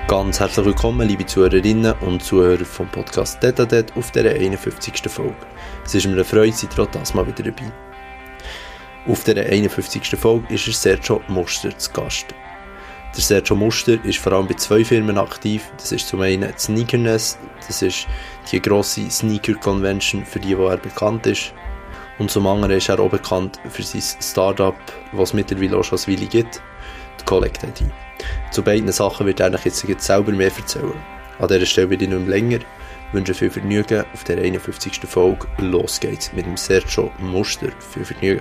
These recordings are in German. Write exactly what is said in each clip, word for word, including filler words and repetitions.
Ganz herzlich willkommen, liebe Zuhörerinnen und Zuhörer vom Podcast Tete-a-Tete auf dieser einundfünfzigsten Folge. Es ist mir eine Freude, seid ihr auch das mal wieder dabei. Auf dieser einundfünfzigsten Folge ist Sergio Muster zu Gast. Der Sergio Muster ist vor allem bei zwei Firmen aktiv. Das ist zum einen Sneakerness, das ist die grosse Sneaker-Convention, für die wo er bekannt ist. Und zum anderen ist er auch bekannt für sein Startup, was es mittlerweile auch schon eine Weile gibt, die Collect I D. Zu beiden Sachen wird er jetzt selber mehr erzählen. An dieser Stelle bin ich nicht mehr länger. Ich wünsche viel Vergnügen auf der einundfünfzigsten Folge. Los geht's mit dem Sergio Muster. Viel Vergnügen.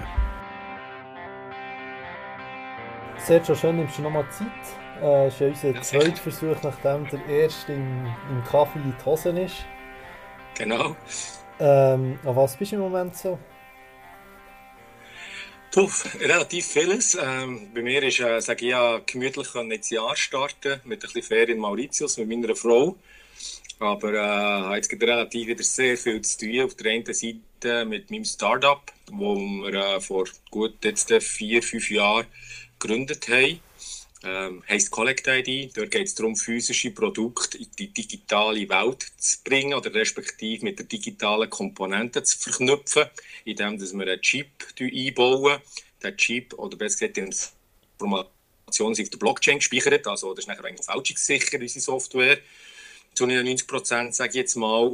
Sergio, schön, nimmst du nochmal Zeit. Das ist ja unser ja, zweiter Versuch, nachdem der erste im, im Kaffee in die Hose ist. Genau. Ähm, an was bist du im Moment so? Puh, relativ vieles. Ähm, bei mir ist, äh, sage ich ja, gemütlich ins Jahr starten, mit ein bisschen Ferien in Mauritius, mit meiner Frau. Aber äh, habe jetzt relativ wieder sehr viel zu tun. Auf der einen Seite mit meinem Startup, wo wir äh, vor gut jetzt vier, fünf Jahren gegründet haben. Ähm, heisst Collect I D. Dort geht es darum, physische Produkte in die digitale Welt zu bringen oder respektive mit der digitalen Komponente zu verknüpfen, indem wir einen Chip einbauen. Der Chip, oder besser gesagt, die Information ist auf der Blockchain gespeichert, also das ist nachher eigentlich fälschungssicher, unsere Software, zu neunundneunzig Prozent, sage ich jetzt mal.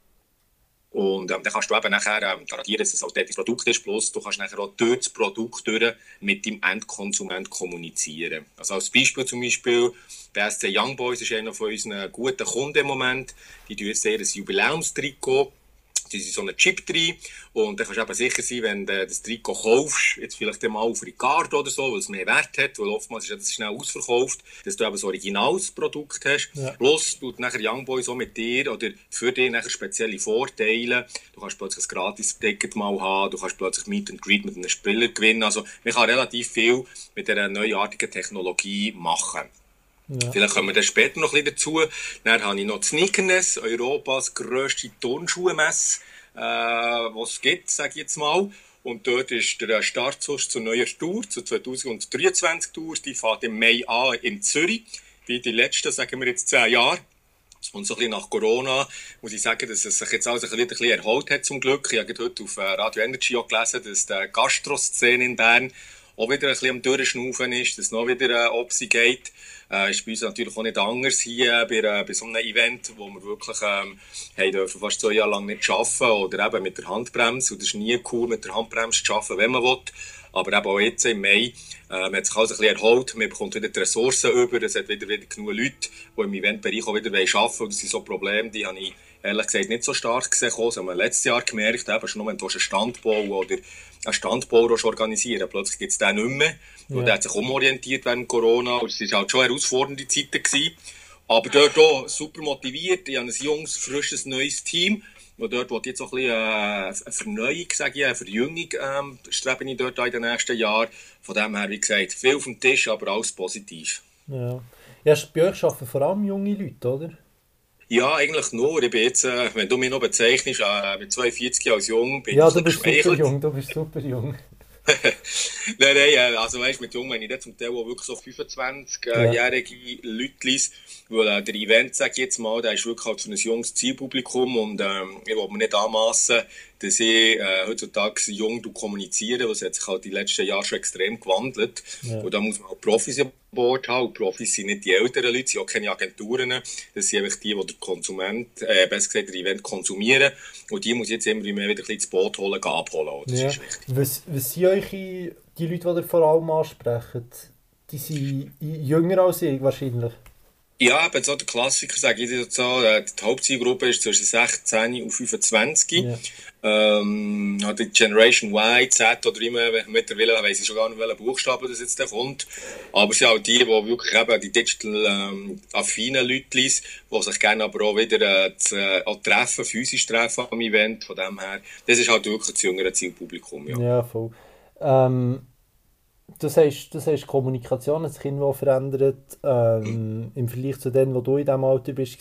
Und ähm, dann kannst du eben nachher ähm, garantieren, dass es halt dort das Produkt ist, plus du kannst nachher auch dort das Produkt durch mit dem Endkonsument kommunizieren. Also als Beispiel zum Beispiel, B S C Young Boys ist einer von unseren guten Kunden im Moment, die tun sehr ein Jubiläumstrikot, da ist so ein Chip drin und dann kannst du eben sicher sein, wenn du das Trikot kaufst, jetzt vielleicht mal auf Ricardo oder so, weil es mehr Wert hat, weil oftmals ist das schnell ausverkauft, dass du eben so ein originales Produkt hast. Ja. Plus tut nachher Young Boys auch mit dir oder für dich nachher spezielle Vorteile. Du kannst plötzlich ein Gratis-Ticket mal haben, du kannst plötzlich Meet and Greet mit einem Spieler gewinnen. Also man kann relativ viel mit dieser neuartigen Technologie machen. Ja. Vielleicht kommen wir dann später noch ein bisschen dazu. Dann habe ich noch die Sneakerness, Europas grösste Turnschuhmesse, äh, was es gibt, sage ich jetzt mal. Und dort ist der Startschuss zur neuen Tour, zur zwanzig dreiundzwanzig Tour. Die fährt im Mai an in Zürich, wie die letzten, sagen wir jetzt, zehn Jahre. Und so ein bisschen nach Corona muss ich sagen, dass es sich jetzt alles wieder ein bisschen erholt hat zum Glück. Ich habe heute auf Radio Energy auch gelesen, dass die Gastro-Szene in Bern auch wieder ein bisschen am Durchschnaufen ist, dass es noch wieder äh, ob sie geht. Äh, ist bei uns natürlich auch nicht anders hier bei, äh, bei so einem Event, wo wir wirklich ähm, haben dürfen fast zwei Jahre lang nicht arbeiten oder eben mit der Handbremse. Und das ist nie cool, mit der Handbremse zu arbeiten, wenn man will. Aber eben auch jetzt im Mai äh, man hat sich alles ein bisschen erholt, man bekommt wieder die Ressourcen über, es hat wieder, wieder genug Leute, die im Eventbereich auch wieder arbeiten wollen. Und das sind so Probleme, die habe ich ehrlich gesagt nicht so stark gesehen. Das haben wir letztes Jahr gemerkt, eben schon nur, wenn du einen Stand bauen oder einen Standbau organisieren, plötzlich gibt es den nicht mehr. Ja. Und der hat sich umorientiert während Corona. Und es waren halt schon herausfordernde Zeiten gewesen. Aber dort auch super motiviert. Ich habe ein junges, frisches, neues Team. Und dort will ich jetzt auch ein bisschen äh, eine Verneuung, sage ich, eine Verjüngung ähm, strebe ich dort in den nächsten Jahren. Von dem her, wie gesagt, viel auf dem Tisch, aber alles positiv. Ja, ja, bei euch arbeiten vor allem junge Leute, oder? Ja, eigentlich nur. Ich bin jetzt, äh, wenn du mich noch bezeichnest, äh, mit zweiundvierzig Jahren als jung, bin ja, ich du bist super jung, du bist super jung. nein, nein, also weißt, mit jung meine ich dann zum Teil auch wirklich so fünfundzwanzigjährige ja. Leute, weil äh, der Event, sag ich jetzt mal, der ist wirklich halt für ein junges Zielpublikum und ähm, ich will mir nicht anmassen, dass ich äh, heutzutage jung kommuniziere, weil es hat sich halt die letzten Jahre schon extrem gewandelt. Ja. Und da muss man auch Profis an Bord haben. Und Profis sind nicht die älteren Leute, sind auch keine Agenturen. Das sind einfach die, die der Konsument, äh, besser gesagt, der Event konsumieren. Und die muss ich jetzt immer mehr wieder ein bisschen ins Boot holen, abholen. Das ja. ist wichtig. Was, was sind euch die Leute, die ihr vor allem ansprechen? Die sind jünger als ich wahrscheinlich. Ja, eben so der Klassiker, sage ich jetzt so, die Hauptzielgruppe ist zwischen sechzehn und fünfundzwanzig. Ja. Ähm, hat die Generation Y, Z oder immer, mittlerweile weiss ich schon gar nicht, welcher Buchstabe das jetzt da kommt. Aber es sind auch die, die wirklich eben die digital ähm, affinen Leute sind, die sich gerne aber auch wieder äh, zu, äh, auch treffen, physisch treffen am Event. Von dem her, das ist halt wirklich das jüngere Zielpublikum. Ja, ja voll. Ähm, Du sagst, du sagst, Kommunikation hat sich irgendwo verändert. Ähm, Im Vergleich zu dem, wo du in diesem Alter bist,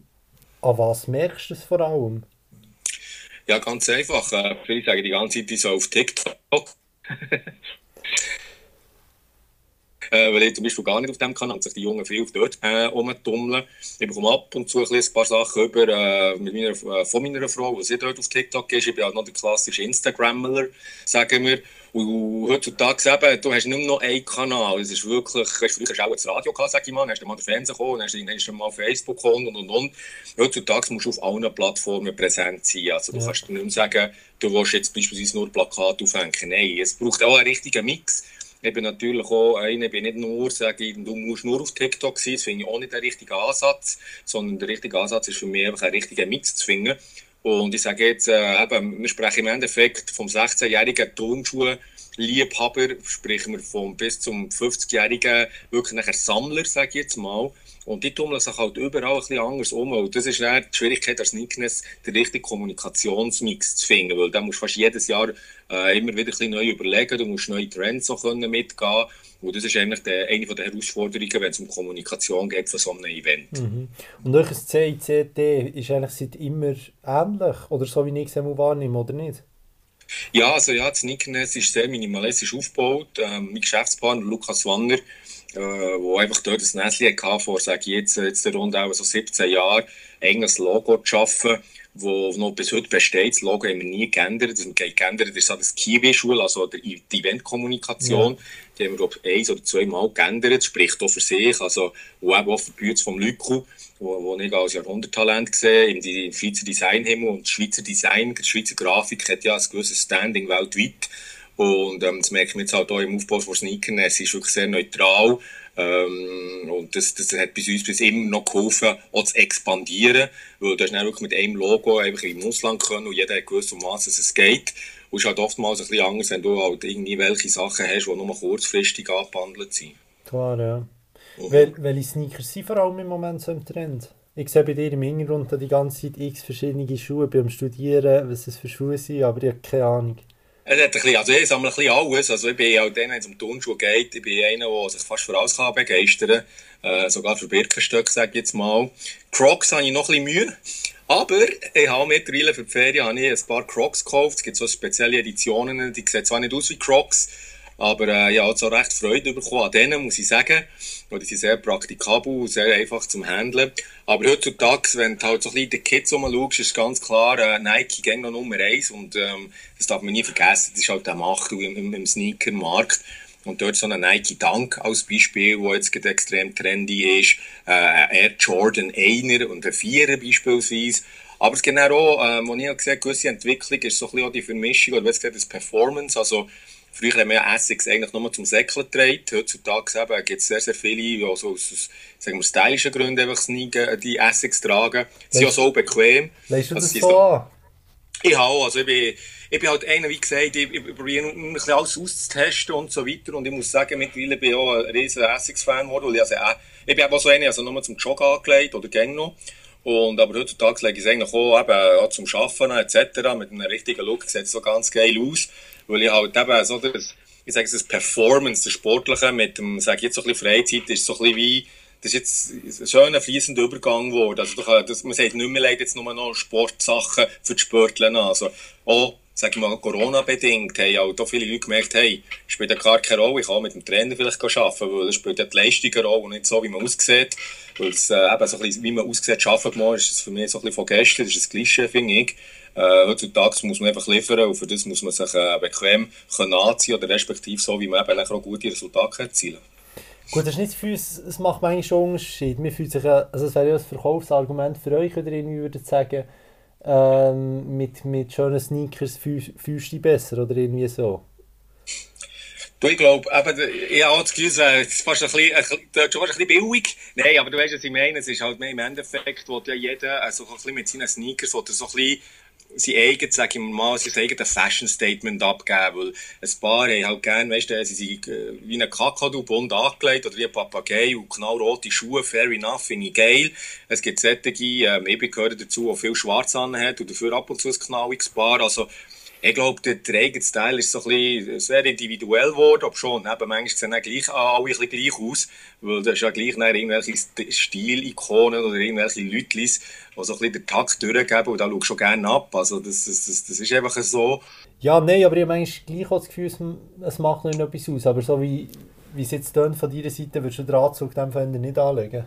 an was merkst du es vor allem? Ja, ganz einfach. Äh, viele sagen die ganze Zeit, ich so auf TikTok. Äh, weil ich zum Beispiel gar nicht auf dem Kanal, sich die Jungen viel dort äh, rumtummeln. Ich bekomme ab und zu ein, ein paar Sachen über äh, mit meiner, äh, von meiner Frau, die sie dort auf TikTok ist. Ich bin halt noch der klassische Instagrammer, sagen wir. Und heutzutage eben, du hast nicht nur noch einen Kanal. Es ist wirklich, früher hast du auch das Radio gehabt, sag ich mal, dann hast du mal den Fernseher gekommen, dann hast du, dann hast du mal Facebook gekommen und und und. Heutzutage musst du auf allen Plattformen präsent sein. Also du ja. kannst nicht mehr sagen, du willst jetzt beispielsweise nur Plakate aufhängen. Nein, es braucht auch einen richtigen Mix. Ich bin natürlich auch einer, ich bin nicht nur, sage ich, du musst nur auf TikTok sein, das finde ich auch nicht der richtige Ansatz, sondern der richtige Ansatz ist für mich einfach einen richtigen Mix zu finden. Und ich sage jetzt, äh, eben, wir sprechen im Endeffekt vom sechzehnjährigen Turnschuh-Liebhaber, sprechen wir vom bis zum fünfzigjährigen wirklich nachher Sammler, sage ich jetzt mal. Und die tummeln sich halt überall ein bisschen anders um. Und das ist dann die Schwierigkeit als Sneakness, den richtigen Kommunikationsmix zu finden. Weil da musst du fast jedes Jahr äh, immer wieder ein bisschen neu überlegen, du musst neue Trends auch können mitgehen. Und das ist eigentlich der, eine der Herausforderungen, wenn es um Kommunikation geht von so einem Event. Mhm. Und euch C I C T ist eigentlich seit immer ähnlich? Oder so wie ich es wahrnehme, oder nicht? Ja, also ja, das Sneakness ist sehr minimalistisch aufgebaut. Ähm, mein Geschäftspartner Lukas Wanner, äh, wo einfach dort ein Näschen hatte, vor, sage ich jetzt, jetzt rund auch so siebzehn Jahren, eigenes Logo zu schaffen, das noch bis heute besteht. Das Logo haben wir nie geändert. Das haben wir geändert ist das Kiwi-Schule, also die Eventkommunikation. Ja. Die haben wir, glaube ich, ein oder zwei Mal geändert. Das spricht auch für sich. Also, und eben auch für die Bühne vom Lyko, wo, wo ich als Jahrhunderttalent sehe, im, im Schweizer Designhimmel. Und das Schweizer Design, die Schweizer Grafik hat ja ein gewisses Standing weltweit. Und ähm, das merken wir jetzt halt auch im Aufbau von Sneakerness. Es ist wirklich sehr neutral. Ähm, und das, das hat bis uns bis immer noch geholfen, auch zu expandieren. Weil du hast dann wirklich mit einem Logo einfach im Ausland können und jeder hat gewusst, um was es geht. Und es ist halt oftmals ein bisschen anders, wenn du halt irgendwie welche Sachen hast, die nur kurzfristig abgehandelt sind. Klar, ja. Mhm. Wel, welche Sneakers sind vor allem im Moment so im Trend? Ich sehe bei dir im Hintergrund die ganze Zeit x verschiedene Schuhe beim Studieren, was das für Schuhe sind, aber ich habe keine Ahnung. Es hat ein bisschen, also ich sammle ein bisschen alles. Also ich bin auch dann, wenn es um Turnschuhe geht, ich bin einer, der sich fast für alles kann begeistern kann. Äh, sogar für Birkenstöcke, sage ich jetzt mal. Crocs habe ich noch ein bisschen Mühe. Aber ich habe mittlerweile für die Ferien habe ich ein paar Crocs gekauft. Es gibt so spezielle Editionen, die sehen zwar nicht aus wie Crocs, aber äh, ich habe auch so recht Freude bekommen an denen, muss ich sagen. Und die sind sehr praktikabel und sehr einfach zum Handeln. Aber heutzutage, wenn du halt so ein bisschen die Kids rumschaust, ist ganz klar, äh, Nike geht noch Nummer eins. Und ähm, das darf man nie vergessen, das ist halt der Macht im, im, im Sneaker-Markt. Und dort so ein Nike Dunk als Beispiel, wo jetzt gerade extrem trendy ist, äh, Air Jordan einer und ein Vierer beispielsweise. Aber es gibt auch, äh, wo ich auch gesehen habe, gewisse Entwicklung ist so ein bisschen auch die Vermischung, oder wie gesagt, das Performance. Also früher haben wir ja Essex eigentlich nur zum Säckeln getragen. Heutzutage gibt es sehr, sehr viele, die also aus, sagen wir, stylischen Gründen einfach Sneaker, die Essex tragen. Sie sind ja so bequem. Weißt du das also, so an? Ich auch, also ich bin, ich bin halt einer, wie gesagt, ich, ich probiere ein bisschen alles auszutesten und so weiter. Und ich muss sagen, mittlerweile bin ich auch ein riesen Essex-Fan geworden, weil ich, also, äh, ich bin auch so einer, also nur zum Joggen angelegt oder gäng noch. Und, aber heutzutage lege ich es eigentlich auch, eben, auch zum Arbeiten et cetera. Mit einem richtigen Look sieht es so ganz geil aus. Weil ich halt eben so das, ich sage es, das Performance, das Sportliche mit dem, sage ich jetzt so ein bisschen Freizeit, ist so ein bisschen wie, das ist jetzt ein schöner fließender Übergang geworden. Also das, man sagt nicht mehr leid jetzt nur noch Sportsachen für die Sportler an. Also auch, sag ich mal, Corona-bedingt, haben auch da viele Leute gemerkt, hey, spielt ja gar keine Rolle, ich kann mit dem Trainer vielleicht arbeiten, weil es spielt ja die Leistung eine Rolle und nicht so, wie man aussieht. Weil es äh, eben so ein bisschen, wie man aussieht, arbeiten muss, ist es für mich so ein bisschen von gestern, das ist das Klischee, finde ich. Äh, heutzutage muss man einfach liefern und für das muss man sich äh, bequem können anziehen oder respektive so, wie man eben auch gute Resultate erzielen kann. Gut, das ist nicht das Gefühl, es macht manchmal schon einen Unterschied. Man fühlt sich, also es wäre ja ein Verkaufsargument für euch, oder irgendwie würdet sagen, ähm, mit, mit schönen Sneakers fühlst du dich besser oder irgendwie so? Du, ich glaube, ich habe das Gefühl, es ist fast ein bisschen, ein, fast ein bisschen billig. Nein, aber du weißt, was ich meine. Es ist halt mehr im Endeffekt, wo ja jeder also ein bisschen mit seinen Sneakers oder so ein bisschen sein eigenes, sag ich mal, sein eigenes Fashion-Statement abgeben, weil ein paar haben halt gerne, weißt du, sie sind wie ein Kakadu bunt angelegt oder wie ein Papagei und knallrote Schuhe, fair enough, finde ich geil. Es gibt solche, ähm, ich gehöre dazu, die viel schwarz anhat und dafür ab und zu ein knalliges Paar, also ich glaube, der, der eigene Style ist so ein bisschen sehr individuell geworden, ob schon. Eben, manchmal sehen auch gleich, alle ein bisschen gleich aus, weil das ist ja gleich irgendwelche Stilikonen oder irgendwelche Leute, die so ein bisschen den Takt durchgeben und da schaust du schon gerne ab. Also das, das, das, das ist einfach so. Ja, nein, aber ich habe manchmal gleich auch das Gefühl, es macht noch etwas aus, aber so wie wie es jetzt tönt von deiner Seite, würdest du den Anzug in dem Fall nicht anlegen?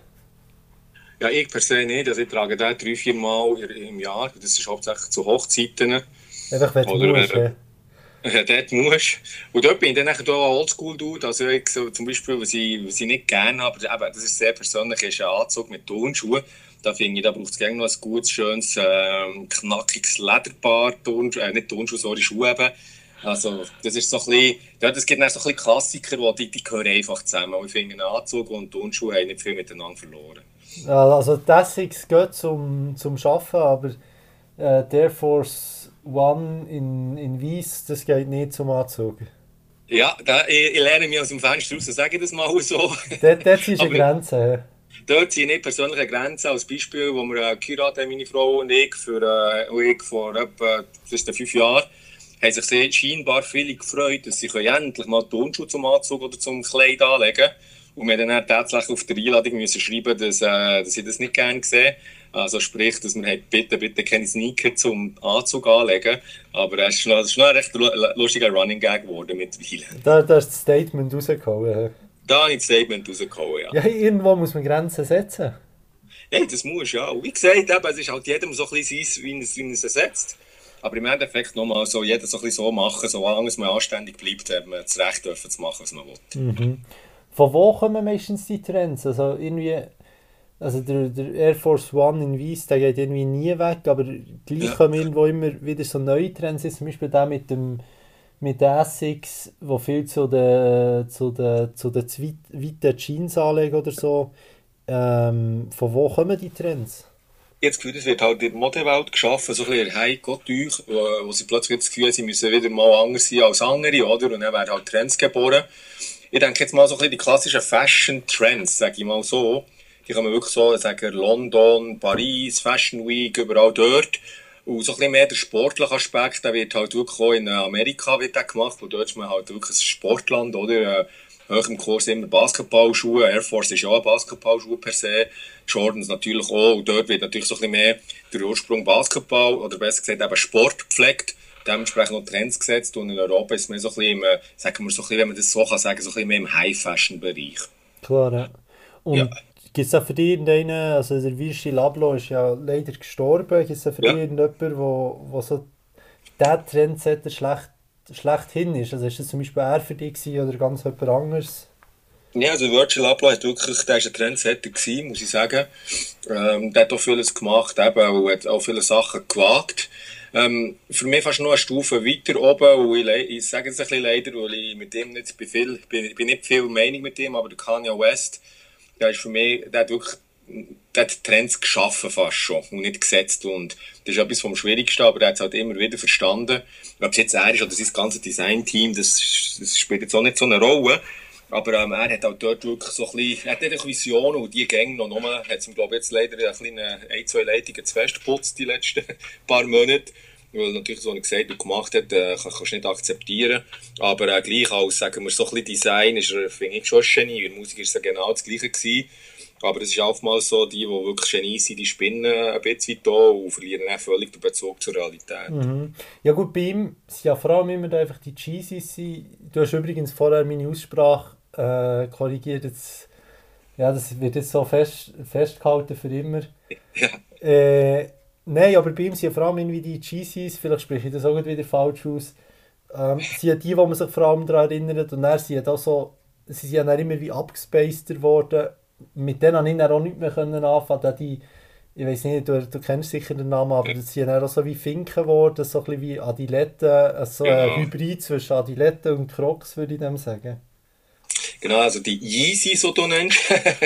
Ja, ich per se nicht. Also ich trage den drei, vier Mal im Jahr. Das ist hauptsächlich zu Hochzeiten. Einfach wenn du musst, ja. Ja, dort musst. Und dort bin ich dann auch Oldschool-Dude. Also ich so, zum Beispiel, was ich, was ich nicht gerne habe, aber das ist sehr persönlich, ist ein Anzug mit Turnschuhen. Da finde ich, da braucht es gerne noch ein gutes, schönes, äh, knackiges Lederpaar, Turnschuhe, äh, nicht Turnschuhe, sorry, Schuhe eben. Also das ist so ein bisschen, ja, das gibt dann so ein bisschen Klassiker, die, die gehören einfach zusammen. Und ich finde, ein Anzug und Turnschuhe haben nicht viel miteinander verloren. Ja, also die Essex geht zum, zum Arbeiten, aber äh, die Air Force One in, in Weiss, das geht nicht zum Anzug. Ja, da, ich, ich lerne mich aus dem Fenster raus, sage ich das mal so. Dort, dort ziehst du eine Grenze. Ja. Dort ziehe ich nicht persönliche Grenzen. Als Beispiel, wo wir äh, geheiratet haben, meine Frau und ich, für, äh, und ich vor etwa fünf Jahren, haben sich sehr, scheinbar viele gefreut, dass sie endlich mal Turnschuhe zum Anzug oder zum Kleid anlegen können. Und wir dann, dann tatsächlich auf der Einladung müssen schreiben, dass, äh, dass ich das nicht gerne sehe. Also sprich, dass wir bitte, bitte keine Sneaker zum Anzug anlegen. Aber es ist noch, es ist noch ein recht lustiger Running Gag geworden mittlerweile. Da, da ist das Statement rausgekommen. Da habe ich das Statement rausgekommen, ja. Ja, irgendwo muss man Grenzen setzen. Ja, das muss ja. Und wie gesagt, eben, es ist halt jedem so ein bisschen sein, wie er es, wie er es setzt. Aber im Endeffekt nochmal so, jeder so ein bisschen so machen, solange man anständig bleibt, hat man das Recht dürfen zu machen, was man will. Mhm. Von wo kommen meistens die Trends? Also irgendwie, also der, der Air Force One in Weiss, der geht irgendwie nie weg, aber gleich ja. kommen irgendwo immer wieder so neue Trends. Zum Beispiel der mit dem mit der Essex, wo viel zu den zu den zu den zu weiten Jeans anlegen oder so. Ähm, von wo kommen die Trends? Jetzt Gefühl, es wird halt in der Modewelt geschaffen, so ein bisschen hey Gott euch, wo, wo sie plötzlich das Gefühl haben, sie müssen wieder mal anders sein als andere, oder? Und dann werden halt Trends geboren. Ich denke jetzt mal so ein bisschen die klassischen Fashion-Trends, sage ich mal so. Die kann man wirklich so sagen, London, Paris, Fashion Week, überall dort. Und so ein bisschen mehr der sportliche Aspekt, der wird halt wirklich auch in Amerika wird gemacht, wo dort ist man halt wirklich ein Sportland, oder? Hoch im Kurs immer Basketballschuhe, Air Force ist ja auch Basketballschuhe per se, Jordans natürlich auch, und dort wird natürlich so ein bisschen mehr der Ursprung Basketball, oder besser gesagt eben Sport gepflegt, dementsprechend noch Trends gesetzt, und in Europa ist man so ein bisschen, im, sagen wir so ein bisschen, wenn man das so kann sagen, so ein bisschen mehr im High-Fashion-Bereich. Klar, ja. Und ja. Gibt es auch für dich irgendeinen, also der Virgil Abloh ist ja leider gestorben, gibt es auch für ja. dich irgendjemanden, wo, wo so der Trendsetter schlecht schlechthin ist? Also ist das zum Beispiel er für dich gewesen, oder ganz jemand anderes? Ja, also Virgil Abloh hat wirklich, der war ein Trendsetter gewesen, muss ich sagen. Ähm, der hat auch vieles gemacht, eben, und hat auch viele Sachen gewagt. Ähm, für mich fast noch eine Stufe weiter oben, und ich, ich sage es ein bisschen leider, weil ich mit ihm nicht, bin viel, bin, bin nicht viel Meinung mit ihm, aber der Kanye West, der ist für mich, der hat wirklich, der hat Trends geschaffen fast schon und nicht gesetzt, und das ist etwas vom Schwierigsten, aber er hat es halt immer wieder verstanden. Ob es jetzt er ist oder sein ganzes Design-Team, das, das spielt jetzt auch nicht so eine Rolle, aber ähm, er hat auch dort wirklich so ein bisschen, er hat eine Vision, und die Gänge noch nur, hat es ihm glaube ich jetzt leider ein, kleine, ein, zwei Leitungen zu fest geputzt die letzten paar Monate, weil natürlich so, wie gesagt und gemacht hat, äh, kann, kannst du nicht akzeptieren, aber äh, gleich als, sagen wir, so ein bisschen Design ist er, finde ich, schon ein Genie, in der Musik ist es ja genau das Gleiche gewesen. Aber es ist oftmals so, die, die wirklich Genie sind, die spinnen ein bisschen da und verlieren dann völlig den Bezug zur Realität. Mhm. Ja gut, bei ihm sind ja vor allem immer einfach die Cheesies. Du hast übrigens vorher meine Aussprache äh, korrigiert. Jetzt, ja, das wird jetzt so fest, festgehalten für immer. Ja. Äh, Nein, aber bei ihm sind ja vor allem irgendwie die Cheesies, vielleicht spreche ich das auch wieder falsch aus, ähm, sind ja die, wo man sich vor allem daran erinnert. Und dann sind ja da so, sie sind ja dann immer wie abgespaceder geworden. Mit denen konnte ich dann auch nicht mehr anfangen. Die, ich weiss nicht, du, du kennst sicher den Namen, aber das sind dann auch so wie Finken geworden, so ein bisschen wie Adiletten, so ein genau. Hybrid zwischen Adiletten und Crocs, würde ich dem sagen. Genau, also die Yeezy, so du nennst.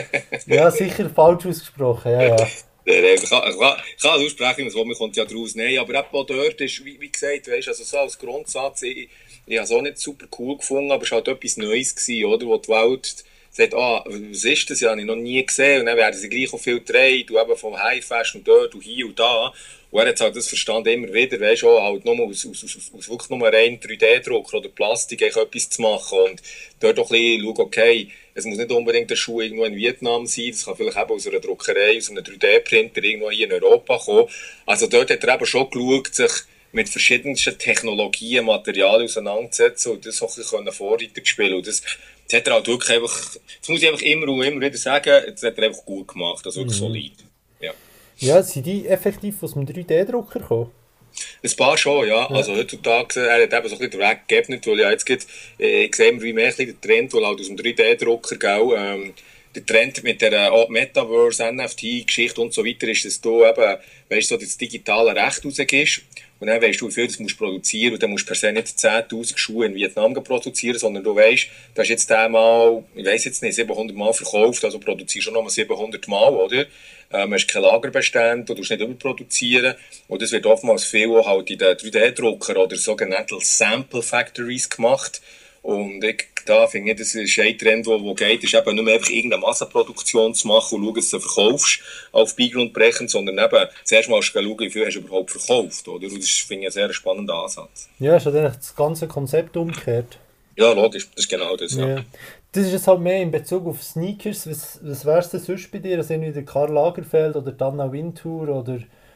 Ja, sicher falsch ausgesprochen, ja, ja. Ich kann, ich kann, ich kann aussprechen, was mir kommt ja draus. Nein, aber auch dort ist, wie, wie gesagt, weißt, also so als Grundsatz, ich, ich habe es auch nicht super cool gefunden, aber es war halt etwas Neues gewesen, oder, wo die Welt sagt, ah, was ist das? Ja, habe ich noch nie gesehen. Und dann werden sie gleich auch viel gedreht, und eben vom High-Fashion und dort und hier und da. Und er hat halt das verstanden, immer wieder, weißt du, halt nur aus, aus, aus, aus wirklich nur rein drei D-Drucker oder Plastik etwas zu machen. Und dort auch ein bisschen schauen, okay, es muss nicht unbedingt der Schuh irgendwo in Vietnam sein, das kann vielleicht eben aus einer Druckerei, aus einem drei D-Printer irgendwo hier in Europa kommen. Also dort hat er eben schon geschaut, sich mit verschiedensten Technologien, Materialien auseinandersetzen und das auch ein bisschen Vorreiter spielen. Und das, das hat er halt wirklich einfach, das muss ich einfach immer und immer wieder sagen, das hat er einfach gut gemacht, also wirklich mhm. solid. Ja. Ja, sind die effektiv aus dem drei D Drucker gekommen? Ein paar schon, ja. ja. Also heutzutage, er hat eben so ein bisschen den Weg geebnet, weil ja jetzt gibt, äh, ich sehe immer wie mehr den Trend, weil halt aus dem drei D Drucker, gell, ähm, der Trend mit der äh, Metaverse, N F T-Geschichte und so weiter ist, dass du eben, weißt du, so das digitale Recht rausgibst und dann weißt du, wie viel du musst produzieren und dann musst du per se nicht zehntausend Schuhe in Vietnam produzieren, sondern du weißt, du hast jetzt den mal, ich weiss jetzt nicht, siebenhundert Mal verkauft, also produzierst du noch mal siebenhundert Mal, oder? Ähm, hast keine Lagerbestände, du musst nicht überproduzieren und das wird oftmals viel auch halt in den drei D Drucker oder sogenannten Sample Factories gemacht. Und ich, da finde ich, das ist ein Trend, der geht, ist eben nicht mehr einfach irgendeine Massenproduktion zu machen und schauen, dass du verkaufst auf Biegen und Brechen, sondern eben zuerst mal schauen, wie viel hast du überhaupt verkauft. Oder? Und das finde ich ein sehr spannender Ansatz. Ja, ist ja das ganze Konzept umgekehrt. Ja, logisch, das ist genau das. Ja. Ja. Das ist jetzt halt mehr in Bezug auf Sneakers. Was, was wär's denn sonst bei dir? Also entweder Karl Lagerfeld oder Anna Wintour oder...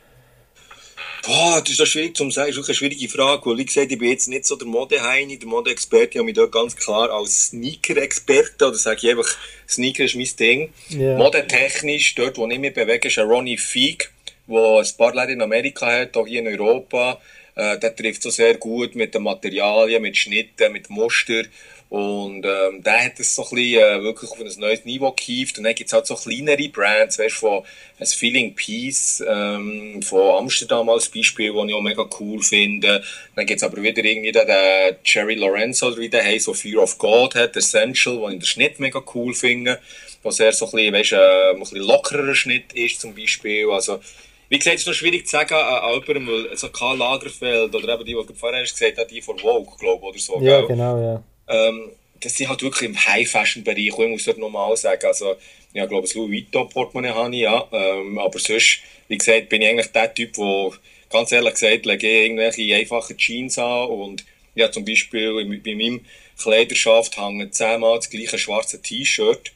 Boah, das ist doch schwierig zu sagen, das ist wirklich eine schwierige Frage, weil wie gesagt, ich bin jetzt nicht so der Modeheini, der Modeexperte, ich habe mich dort ganz klar als Sneaker-Experte, oder sage ich einfach, Sneaker ist mein Ding. Yeah. Modetechnisch, dort wo ich mich bewege, ist ein Ronnie Fieg, der ein paar Läden in Amerika hat, auch hier in Europa. Äh, der trifft so sehr gut mit den Materialien, mit Schnitten, mit Mustern. Und ähm, der hat es so ein bisschen äh, wirklich auf ein neues Niveau gehievt. Und dann gibt es halt so kleinere Brands, weißt du, von ein Feeling Peace ähm, von Amsterdam als Beispiel, den ich auch mega cool finde. Dann gibt es aber wieder irgendwie den, den Jerry Lorenzo, oder wie der heisst, der Fear of God hat, Essential, den ich den Schnitt mega cool finde. Wo sehr so ein bisschen, weißt, äh, ein bisschen lockerer Schnitt ist zum Beispiel. Also, wie gesagt, es ist noch schwierig zu sagen an jemandem, weil so Karl Lagerfeld oder eben die, die du vorher hast gesagt hast, die von Vogue, glaube ich, oder so. Ja, gell? Genau, ja. Ähm, das sind halt wirklich im High-Fashion-Bereich, ich muss dort nochmal sagen, also, ja, ich glaube, das Louis Vuitton-Portemonnaie habe ich, ja, ähm, aber sonst, wie gesagt, bin ich eigentlich der Typ, der, ganz ehrlich gesagt, lege ich irgendwelche einfachen Jeans an und, ja, zum Beispiel in, bei meinem Kleiderschaft hängt zehnmal das gleiche schwarze T-Shirt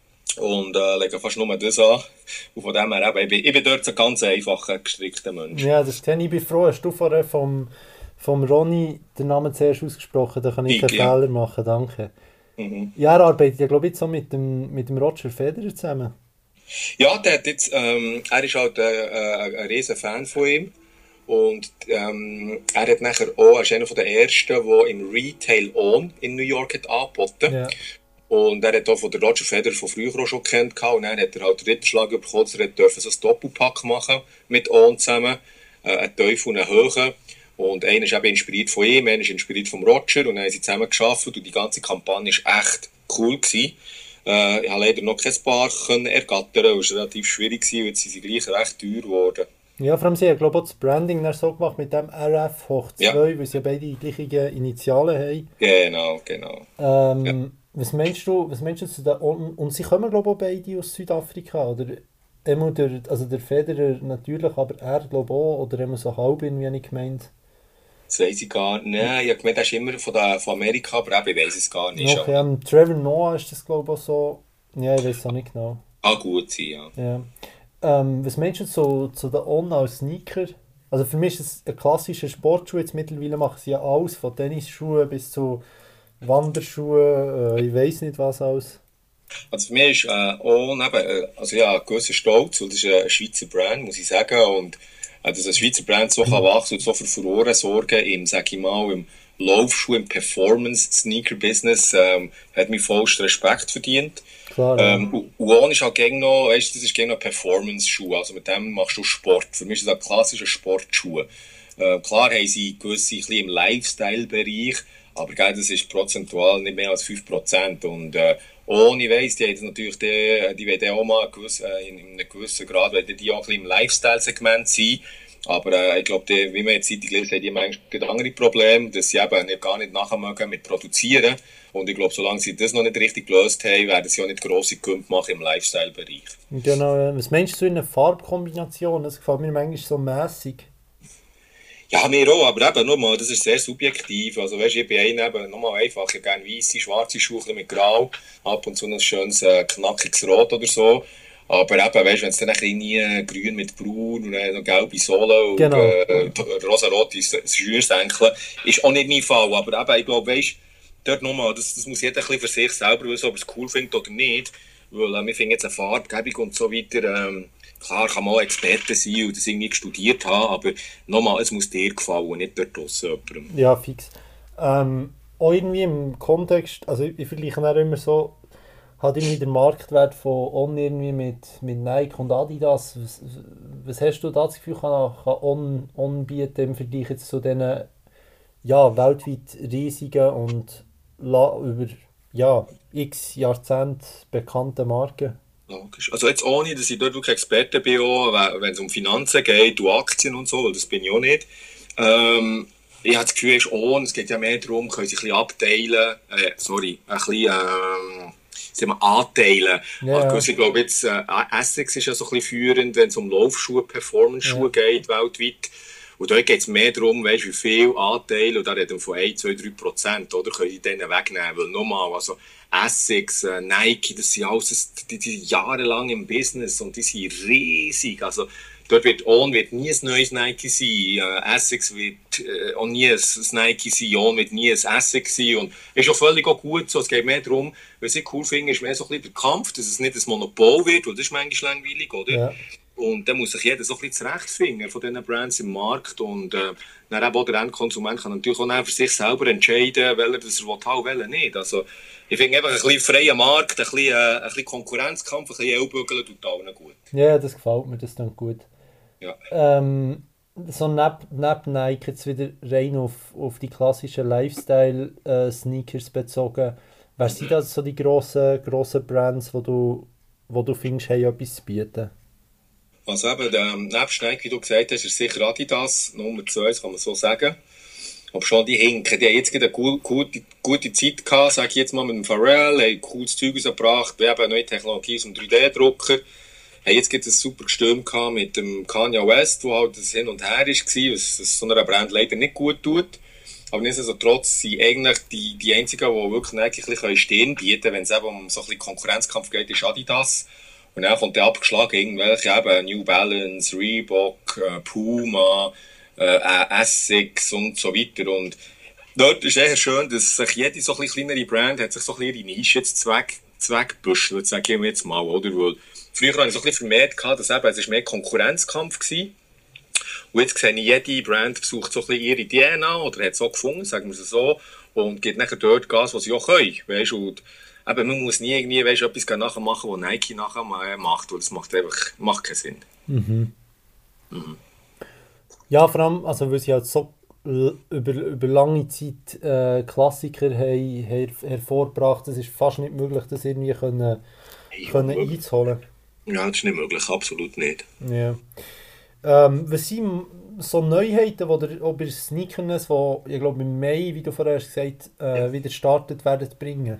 und äh, lege fast nur das an. Und von dem her, eben, ich, bin, ich bin dort so ein ganz einfacher, gestrickter Mensch. Ja, das kenne ich. Ich bin froh, hast du vorher vom, vom Ronny den Namen zuerst ausgesprochen, da kann ich keinen ja. Fehler machen, danke. Mhm. Ja, er arbeitet ja, glaube ich, so mit dem, mit dem Roger Federer zusammen. Ja, der hat jetzt, ähm, er ist halt äh, äh, ein riesen Fan von ihm. Und ähm, er hat nachher auch, er ist einer der ersten, der im Retail On in New York hat angeboten. Ja. Und er hat auch von der Roger Federer von früher auch schon gekannt. Und dann hat er halt den Ritterschlag bekommen, er durfte so ein Doppelpack machen mit On zusammen. Äh, einen Teufel und einen Höhen. Und einer ist eben inspiriert von ihm, einer ist inspiriert von Roger. Und dann haben sie zusammen gearbeitet und die ganze Kampagne war echt cool gewesen. Äh, ich habe leider noch kein Paar können ergattern, es war relativ schwierig, weil jetzt sind sie gleich recht teuer geworden. Ja, vor allem sie haben, glaube ich, auch das Branding so gemacht mit dem R F hoch zwei, ja. Weil sie ja beide die gleichen Initialen haben. Genau, genau. Ähm, ja. Was meinst du, was meinst du zu den, und, und sie kommen, glaube ich, auch beide aus Südafrika, oder? Der, also der Federer natürlich, aber er, glaube ich, auch, oder immer so halb, wie ich gemeint. Das weiss ich gar nicht. Nein, ich habe gemeint, er ist immer von, der, von Amerika, aber ich weiss es gar nicht. Okay, ähm, Trevor Noah ist das, glaube ich, auch so. Ja, ich weiß es auch nicht genau. Ah, gut sein, ja. ja. Ähm, was meinst du zu, zu den On als Sneaker? Also für mich ist es ein klassischer Sportschuh. Jetzt mittlerweile machen sie ja alles, von Tennisschuhen bis zu Wanderschuhen, äh, ich weiß nicht was alles. Also für mich ist äh, On eben, also ja, ein gewisser Stolz, und das ist ein Schweizer Brand, muss ich sagen. Und äh, dass ein Schweizer Brand so kann wachsen und so für Furore sorgen im, sag ich mal, im Laufschuh, im Performance-Sneaker-Business, ähm, hat mir vollsten Respekt verdient. Klar, ähm, ja. Und On ist halt gegen noch, weißt, das ist gegen noch Performance-Schuh, also mit dem machst du Sport. Für mich ist das ein klassischer Sportschuh. Äh, klar haben sie gewisse ein bisschen im Lifestyle-Bereich, aber gell, das ist prozentual nicht mehr als fünf Prozent. Und äh, On, ich weiss, die haben natürlich die, die wollen auch mal gewiss, äh, in, in einem gewissen Grad wollen die auch ein bisschen im Lifestyle-Segment sein. Aber äh, ich glaube, wie wir jetzt Zeitung gelesen haben, die haben eigentlich andere Probleme, dass sie eben nicht, gar nicht nachher mögen mit produzieren. Und ich glaube, solange sie das noch nicht richtig gelöst haben, werden sie auch nicht grosse Kümpe machen im Lifestyle-Bereich. Genau, ja. Was meinst du in einer Farbkombination? Das gefällt mir manchmal so mässig. Ja, mir auch, aber eben, nochmal, das ist sehr subjektiv. Also weißt, ich bin einer, eben, nochmal einfach, ich gerne weisse, schwarze Schuhe mit Grau, ab und zu ein schönes, äh, knackiges Rot oder so. Aber eben, weißt, wenn es dann ein bisschen nie grün mit braun und dann noch gelbe Sohle und Genau. äh, rosa-rote Schnürsenkel, ist auch nicht mein Fall. Aber eben, ich glaube, weißt, dort nochmal, das, das muss jeder ein bisschen für sich selber wissen, ob er es cool findet oder nicht. Weil äh, wir finden jetzt eine Farbgebung und so weiter, ähm, klar kann man auch Experte sein und das irgendwie studiert haben, aber nochmal, es muss dir gefallen, nicht dort draussen jemandem. Ja, fix. Ähm, auch irgendwie im Kontext, also ich, ich vergleiche dann immer so, hat irgendwie der Marktwert von On irgendwie mit, mit Nike und Adidas. Was, was hast du da das Gefühl, kann, kann On, On bieten im Vergleich jetzt zu diesen ja, weltweit riesigen und la, über ja, x Jahrzehnte bekannten Marken? Logisch. Also jetzt ohne, dass ich dort wirklich Experte bin, auch, wenn wenn es um Finanzen geht und Aktien und so, weil das bin ich auch nicht. Ähm, ich habe das Gefühl, es ist ohne, es geht ja mehr darum, können sie ein bisschen abteilen, äh, sorry, ein bisschen, ähm, sagen wir, anteilen. Ja, Also ja. gewisse, ich glaube jetzt, äh, Essex ist ja so ein bisschen führend, wenn es um Laufschuhe, Performance-Schuhe Ja. geht, weltweit. Und dort geht es mehr darum, weißt, wie viel Anteil, und da reden wir von eins, zwei, drei Prozent, oder, können die denen wegnehmen. Weil nochmal, also Essex, äh, Nike, das sind alles, die, die sind jahrelang im Business und die sind riesig. Also dort wird On wird nie ein neues Nike sein, äh, Essex wird äh, auch nie ein, ein Nike sein, On wird nie ein Essex sein. Und ist auch völlig auch gut so. Es geht mehr darum, was ich cool finde, ist mehr so ein bisschen der Kampf, dass es nicht ein Monopol wird, weil das ist manchmal langweilig, oder? Ja. Und dann muss sich jeder so ein bisschen zurechtfinden von diesen Brands im Markt. Und äh, dann eben auch der Endkonsument kann natürlich auch dann für sich selber entscheiden, welcher das er will haben, welcher nicht. Also ich finde einfach ein bisschen freier Markt, ein bisschen, äh, ein bisschen Konkurrenzkampf, ein bisschen Ellbogen tut allen gut. Ja, das gefällt mir, das klingt gut. Ja. Ähm, so neben, neben Nike jetzt wieder rein auf, auf die klassischen Lifestyle-Sneakers bezogen. Wer sind das so die grossen, grossen Brands, wo du, wo du findest, haben etwas zu bieten? Also eben, der, nebst Nike, wie du gesagt hast, ist sicher Adidas, Nummer zwei, das kann man so sagen. Aber schon die hinken, die haben jetzt gerade eine gu- gute, gute Zeit gehabt, sage ich jetzt mal, mit dem Pharrell, haben cooles Zeug rausgebracht, wir haben eine neue Technologie aus dem drei D-Drucker, haben jetzt gerade ein super Gestürm gehabt mit dem Kanye West, wo halt das Hin und Her war, was, was so einer Brand leider nicht gut tut. Aber nichtsdestotrotz sind eigentlich die, die einzigen, die wirklich Nike ein bisschen Stirn bieten können, wenn es eben um so ein bisschen Konkurrenzkampf geht, ist Adidas. Und dann kommt der abgeschlagen irgendwelche eben New Balance, Reebok, äh, Puma, äh, Essex und so weiter. Und dort ist eher schön, dass sich jede so ein bisschen kleinere Brand hat sich so ein bisschen ihre Nische jetzt zweck, zweckbüschelt, sage ich mir jetzt mal, oder? Weil früher hatte ich so ein bisschen vermehrt gehabt, dass eben, es ist mehr Konkurrenzkampf gewesen. Und jetzt sehe ich, jede Brand versucht so ein bisschen ihre D N A oder hat es auch gefunden, sagen wir es so, und geht nachher dort Gas, was sie auch können, weißt? Und eben, man muss nie irgendwie, weißt, etwas nachher machen, was Nike nachher macht, weil das macht einfach macht keinen Sinn. Mhm. Mhm. Ja, vor allem, also weil sie halt so l- über, über lange Zeit äh, Klassiker haben, her, hervorgebracht, es ist fast nicht möglich, das irgendwie können, Hey, können unmöglich. einzuholen. Ja, das ist nicht möglich, absolut nicht. Ja. Ähm, was sind so Neuheiten, die ihr auch bei Sneakerness, die ich glaube im Mai, wie du vorher hast gesagt hast, äh, wieder startet werden, bringen?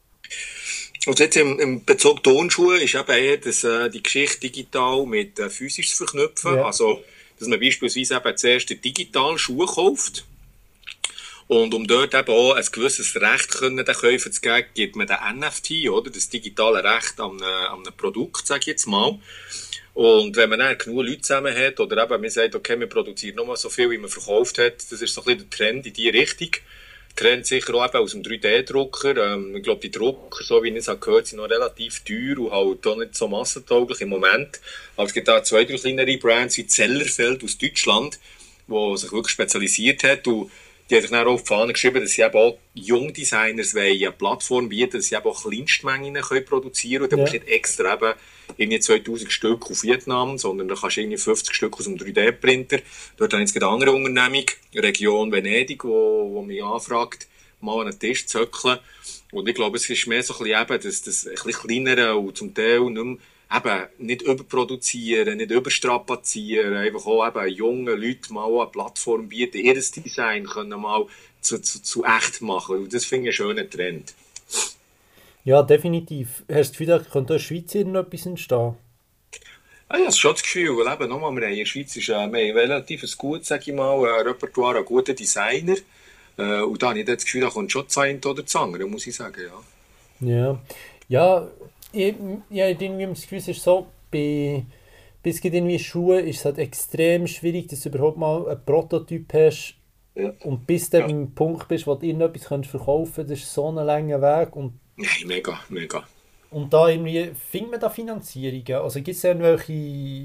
Und jetzt im, im Bezug Turnschuhe ist eben eher das, äh, die Geschichte digital mit äh, physisch zu verknüpfen. Ja. Also, dass man beispielsweise eben zuerst den digitalen Schuh kauft. Und um dort eben auch ein gewisses Recht können, den Käufer zu geben, gibt man den N F T, oder? Das digitale Recht an einem, an einem Produkt, sage ich jetzt mal. Und wenn man dann genug Leute zusammen hat, oder eben man sagt, okay, wir produzieren nur so viel, wie man verkauft hat, das ist so ein bisschen der Trend in diese Richtung. Trend sicher auch eben aus dem drei D-Drucker. Ähm, ich glaube, die Drucker, so wie ich es habe gehört, sind noch relativ teuer und halt auch nicht so massentauglich im Moment. Aber es gibt auch zwei, drei kleinere Brands wie Zellerfeld aus Deutschland, die sich wirklich spezialisiert hat. Und die haben sich dann auch auf die Fahne geschrieben, dass sie eben auch Jungdesigners eine Plattform bieten, dass sie eben auch Kleinstmengen können produzieren können. Und dann Ja. musst du nicht extra eben irgendwie zweitausend Stück auf Vietnam, sondern da kannst du irgendwie fünfzig Stück aus dem drei D-Printer. Dort habe ich jetzt gerade eine andere Unternehmung, Region Venedig, wo, wo mich anfragt, mal an einen Tisch zu höckeln. Und ich glaube, es ist mehr so ein bisschen eben, dass das ein bisschen kleinere und zum Teil nicht mehr, eben nicht überproduzieren, nicht überstrapazieren, einfach auch eben jungen Leuten mal eine Plattform bieten, ihr Design können mal zu, zu, zu echt machen. Und das finde ich einen schönen Trend. Ja, definitiv. Hast du das Gefühl, da könnte in der Schweiz irgendetwas entstehen? Ah, ja, das ist schon das Gefühl, weil eben, nochmal, wir haben in der Schweiz ist, äh, wir haben relativ ein gutes, sag ich mal, äh, Repertoire an guten Designer. Äh, und da habe ich das Gefühl, da kommt schon das eine oder das andere, muss ich sagen, ja. Ja. Ja, ich, ja, irgendwie das Gefühl, es ist so, bei, bis es irgendwie Schuhe ist es halt extrem schwierig, dass du überhaupt mal einen Prototyp hast Ja. und bis du Ja. beim Punkt bist, wo du irgendetwas kannst verkaufen kannst, das ist so ein langer Weg und, Nein, mega, mega. und da irgendwie findet man da Finanzierungen? Also gibt es irgendwelche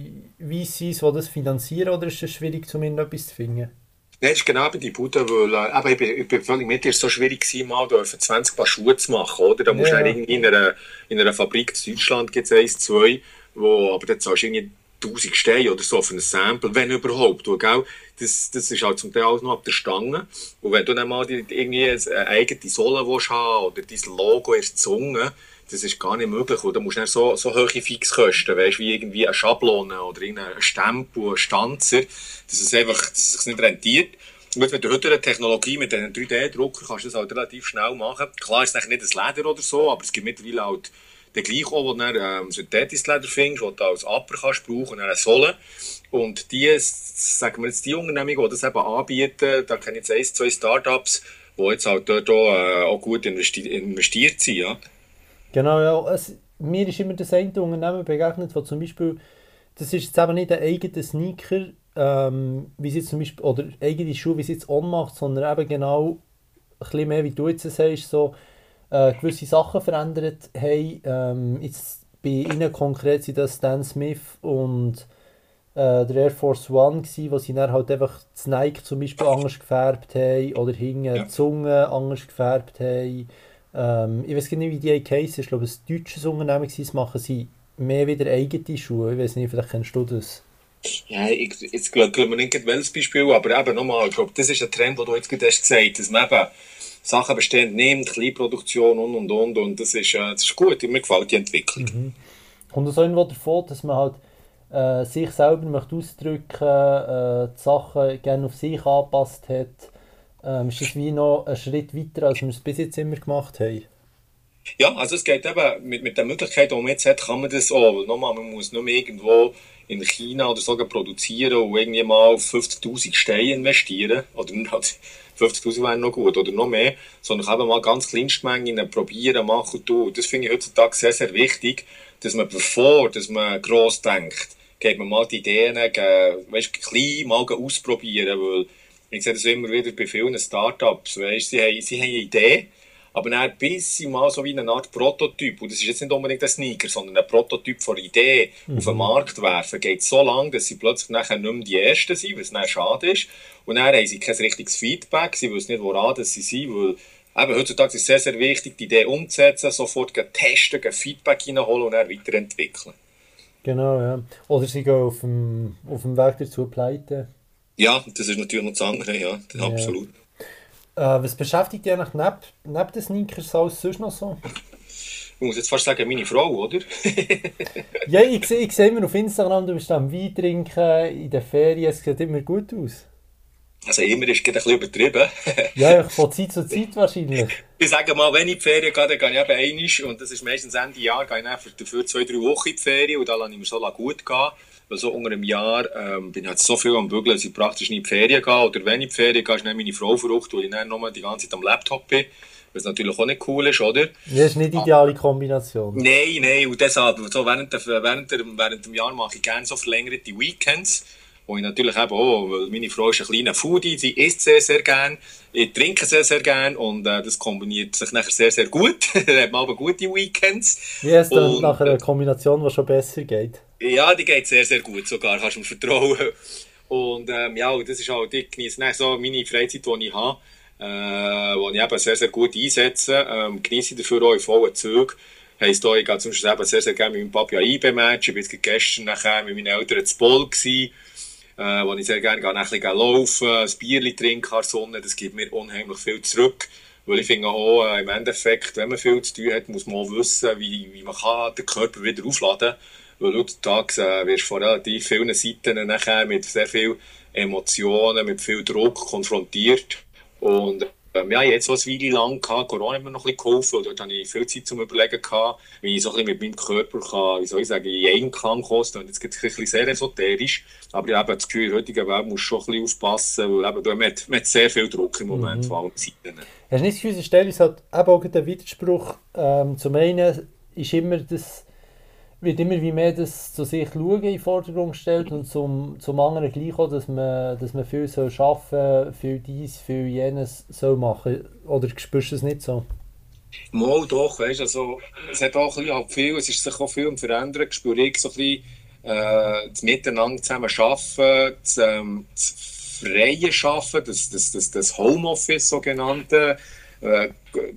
V Cs, die das finanzieren oder ist es schwierig, um irgendetwas zu finden? Nein, das ist genau bei die Bude, weil äh, aber ich, bin, ich bin völlig mit dir, es ist so schwierig gewesen, mal dürfen zwanzig Paar Schuhe zu machen, oder? Da musst du Ja, dann ja. irgendwie in einer, in einer Fabrik in Deutschland, gibt es eins, zwei, wo, aber dann zahlst du irgendwie tausend Steine oder so für ein Sample, wenn überhaupt, du, gell? Das, das ist halt zum Teil alles noch ab der Stange. Und wenn du dann mal die, irgendwie eine eigene Sohle willst haben oder dein Logo in der Zunge, das ist gar nicht möglich. Und da musst du dann so, so hohe Fixkosten, weißt, wie irgendwie eine Schablone oder irgendein Stempel, ein Stanzer, dass es einfach, dass es sich nicht rentiert. Und mit der heutigen Technologie, mit einem drei D-Drucker, kannst du das halt relativ schnell machen. Klar ist es nicht das Leder oder so, aber es gibt mittlerweile halt den gleichen, wo du dann ähm, synthetisches Leder findest, wo du als Upper kannst brauchen und dann eine Sohle. Und die, sagen wir jetzt, die Unternehmungen, die das eben anbieten, da kenne ich jetzt ein, zwei Startups, die jetzt halt dort auch, äh, auch gut investi investiert sind, ja. Genau, ja. Es, mir ist immer das eine Unternehmen begegnet, wo zum Beispiel, das ist jetzt eben nicht ein eigener Sneaker, ähm, wie sie jetzt zum Beispiel, oder eigene Schuhe, wie sie jetzt On macht, sondern eben genau ein bisschen mehr, wie du jetzt sagst, so äh, gewisse Sachen verändert haben. Ähm, jetzt bei ihnen konkret sind das Stan Smith und äh, der Air Force One gsi, wo sie dann halt einfach das Nike zum Beispiel anders gefärbt haben oder hinten Ja. die Zunge anders gefärbt haben. Ähm, ich weiß gar nicht, wie die geheißen. Ich glaube, ein deutsches Unternehmen war, das machen sie mehr wieder eigene Schuhe. Ich weiß nicht, vielleicht kennst du das. Ja, ich, jetzt glaube glaub mir nicht welches Beispiel, aber eben nochmal, ich glaube, das ist ein Trend, den du jetzt gerade hast gesagt, dass man eben Sachen bestehend nimmt, Kleinproduktion und und und und das ist, äh, das ist gut, mir gefällt die Entwicklung. Kommt das auch irgendwo davon, dass man halt äh, sich selber möchte ausdrücken, äh, die Sachen gerne auf sich angepasst hat? Ähm, ist das wie noch ein Schritt weiter, als wir es bis jetzt immer gemacht haben? Ja, also es geht eben, mit, mit der Möglichkeit, die man jetzt hat, kann man das auch, weil nochmal, man muss nicht mehr irgendwo in China oder so produzieren und irgendwie mal fünfzigtausend Steine investieren, oder halt fünfzigtausend wären noch gut, oder noch mehr, sondern eben mal ganz Kleinstmengen probieren, machen, tun. Das finde ich heutzutage sehr, sehr wichtig, dass man, bevor dass man gross denkt, geht man mal die Ideen, äh, weißt, klein mal ausprobieren, weil ich sehe das immer wieder bei vielen Startups, weißt, sie haben, sie haben eine Idee, aber dann, bis sie mal so wie eine Art Prototyp, und das ist jetzt nicht unbedingt ein Sneaker, sondern ein Prototyp von Idee auf den Markt werfen, geht so lange, dass sie plötzlich nachher nicht mehr die Ersten sind, was dann schade ist. Und dann haben sie kein richtiges Feedback, sie wissen nicht, woran das sie sind, weil eben, heutzutage ist es sehr, sehr wichtig, die Idee umzusetzen, sofort testen, Feedback reinholen und dann weiterentwickeln. Genau, ja. Oder sie gehen auf dem, auf dem Weg dazu pleite. Ja, das ist natürlich noch das andere, ja, Ja. absolut. Äh, was beschäftigt dich eigentlich neben, neben den Sneakers alles sonst noch so? Ich muss jetzt fast sagen, meine Frau, oder? Ja, ich sehe ich seh immer auf Instagram, du bist am Wein trinken, in den Ferien, es sieht immer gut aus. Also immer ist gerade ein bisschen übertrieben. Ja, von Zeit zu Zeit wahrscheinlich. Ich sage mal, wenn ich in die Ferien gehe, dann gehe ich eben einmal, und das ist meistens Ende Jahr, gehe ich dann dafür zwei, drei Wochen in die Ferien und dann lasse ich mir so gut gehen. Weil so unter einem Jahr ähm, bin ich halt so viel am Bügeln, dass ich praktisch nie in die Ferien gehe. Oder wenn ich in die Ferien gehe, ist dann meine Frau verrückt, weil ich dann nochmal die ganze Zeit am Laptop bin. Was natürlich auch nicht cool ist, oder? Ja, das ist nicht die ideale Kombination. Nein, nein, und deshalb, so während, der, während, der, während dem Jahr mache ich gerne so verlängerte Weekends. Wo ich natürlich eben auch, weil meine Frau ist ein kleiner Foodie, sie isst sehr, sehr gern, ich trinke sehr, sehr gern und äh, das kombiniert sich nachher sehr, sehr gut. Dann hat man aber gute Weekends. Wie heißt dann Und, nach einer Kombination, die schon besser geht? Ja, die geht sehr, sehr gut sogar, kannst du mir vertrauen. Und ähm, ja, und das ist halt, ich genieße nachher so meine Freizeit, die ich habe, äh, die ich eben sehr, sehr gut einsetze, ähm, genieße ich dafür auch in vollen Zügen. Heisst auch, ich gehe zum Beispiel eben sehr, sehr gerne mit meinem Papi an I B-Match, ich war jetzt gestern nachher mit meinen Eltern zu Ball gewesen, äh, wo ich sehr gerne gehe, ein bisschen laufen, ein Bierchen trinken an der Sonne, das gibt mir unheimlich viel zurück. Weil ich finde auch, äh, im Endeffekt, wenn man viel zu tun hat, muss man auch wissen, wie, wie man kann den Körper wieder aufladen kann. Weil heutzutage äh, wirst du von relativ vielen Seiten nachher mit sehr vielen Emotionen, mit viel Druck konfrontiert. Und ähm, ja, jetzt so ein Weile lang gehabt, Corona hat mir noch ein bisschen geholfen, dort hatte ich viel Zeit zum Überlegen gehabt, wie ich so ein bisschen mit meinem Körper kann, wie soll ich sagen, in Einklang kommen. Und jetzt geht es ein bisschen sehr esoterisch, aber ich habe das Gefühl, in der heutigen Welt muss schon ein bisschen aufpassen, weil eben, man, hat, man hat sehr viel Druck im Moment Mhm. von allen Seiten. Hast du nicht das Gefühl, es stellt uns halt eben auch den Widerspruch, ähm, zum einen ist immer das, wird immer wie mehr das zu sich schauen in den Vordergrund gestellt und zum, zum anderen gleich auch, dass man, dass man viel soll arbeiten, viel dies, viel jenes soll machen. Oder spürst du es nicht so? Mal doch, weißt, also, es hat auch ein bisschen halt viel, es ist sich auch viel am Verändern, spüre ich so ein bisschen, äh, das Miteinander zusammen arbeiten, das, ähm, das freie Arbeiten, das, das, das, das Homeoffice sogenannte, äh,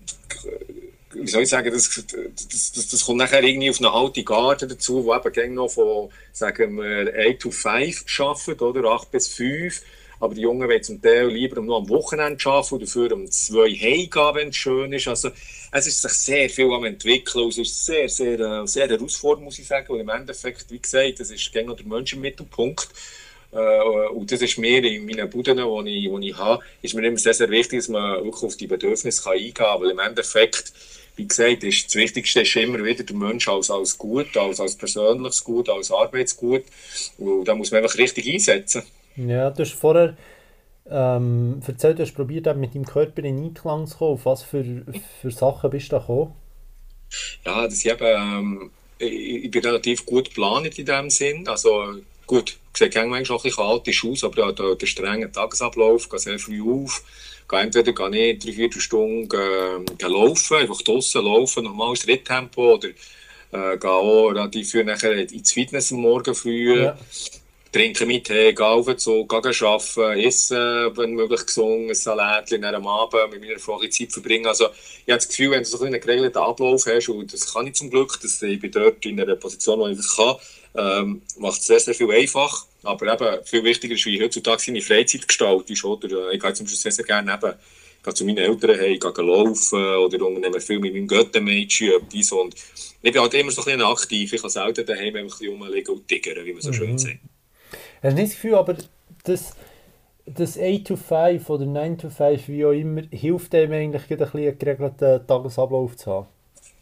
wie soll ich sagen, das, das, das, das kommt nachher irgendwie auf eine alte Garde dazu, wo eben gerne noch von, sagen wir, acht to five arbeitet, oder acht bis fünf. Aber die Jungen wollen zum Teil lieber nur am Wochenende arbeiten und dafür um zwei heimgehen, wenn es schön ist. Also, es ist sich sehr viel am entwickeln und es ist sehr, sehr, sehr herausfordernd, muss ich sagen. Und im Endeffekt, wie gesagt, das ist gerne noch der Mensch im Mittelpunkt. Äh, und das ist mir in meinen Buden, die ich, die ich habe, ist mir immer sehr, sehr wichtig, dass man wirklich auf die Bedürfnisse eingehen kann. Weil im Endeffekt, wie gesagt, ist das Wichtigste ist immer wieder der Mensch als, als Gut, als, als persönliches Gut, als Arbeitsgut. Und da muss man einfach richtig einsetzen. Ja, du hast vorher ähm, erzählt, du hast probiert, mit deinem Körper in Einklang zu kommen. Auf was für, für Sachen bist du da gekommen? Ja, das ist eben, ähm, ich, ich bin relativ gut geplant in dem Sinn. Also gut, ich sehe manchmal schon ein bisschen chaotisch aus, aber der, der strenge Tagesablauf, gehe sehr früh auf, gehe entweder gehe ich drei, vier Stunden äh, laufen, einfach draussen laufen, normales Ritttempo, oder äh, gehe auch relativ früh nachher ins Fitness am Morgen früh. Ja. Trinken mit Tee, gehen auf den Zug, gehen arbeiten, essen, wenn möglich gesungen, ein Salätchen am Abend, mit meiner Frau Zeit verbringen. Also ich habe das Gefühl, wenn du so einen geregelten Ablauf hast, und das kann ich zum Glück, dass ich bin dort in einer Position, wo ich das kann, ähm, macht es sehr, sehr viel einfach. Aber eben, viel wichtiger ist, wie heutzutage seine Freizeit gestaltet ist. Oder? Ich gehe zum Beispiel sehr, sehr gerne eben, gehe zu meinen Eltern hey, gehe laufen oder unternehme viel mit meinem Göttermädchen etwas. Und ich bin halt immer so ein bisschen aktiv. Ich kann selten daheim ein bisschen rumliegen und tiggern, wie man so mhm. schön sagt. Hast du nicht das Gefühl, aber das, das eight to five oder nine to five, wie auch immer, hilft einem eigentlich ein bisschen einen geregelten Tagesablauf zu haben?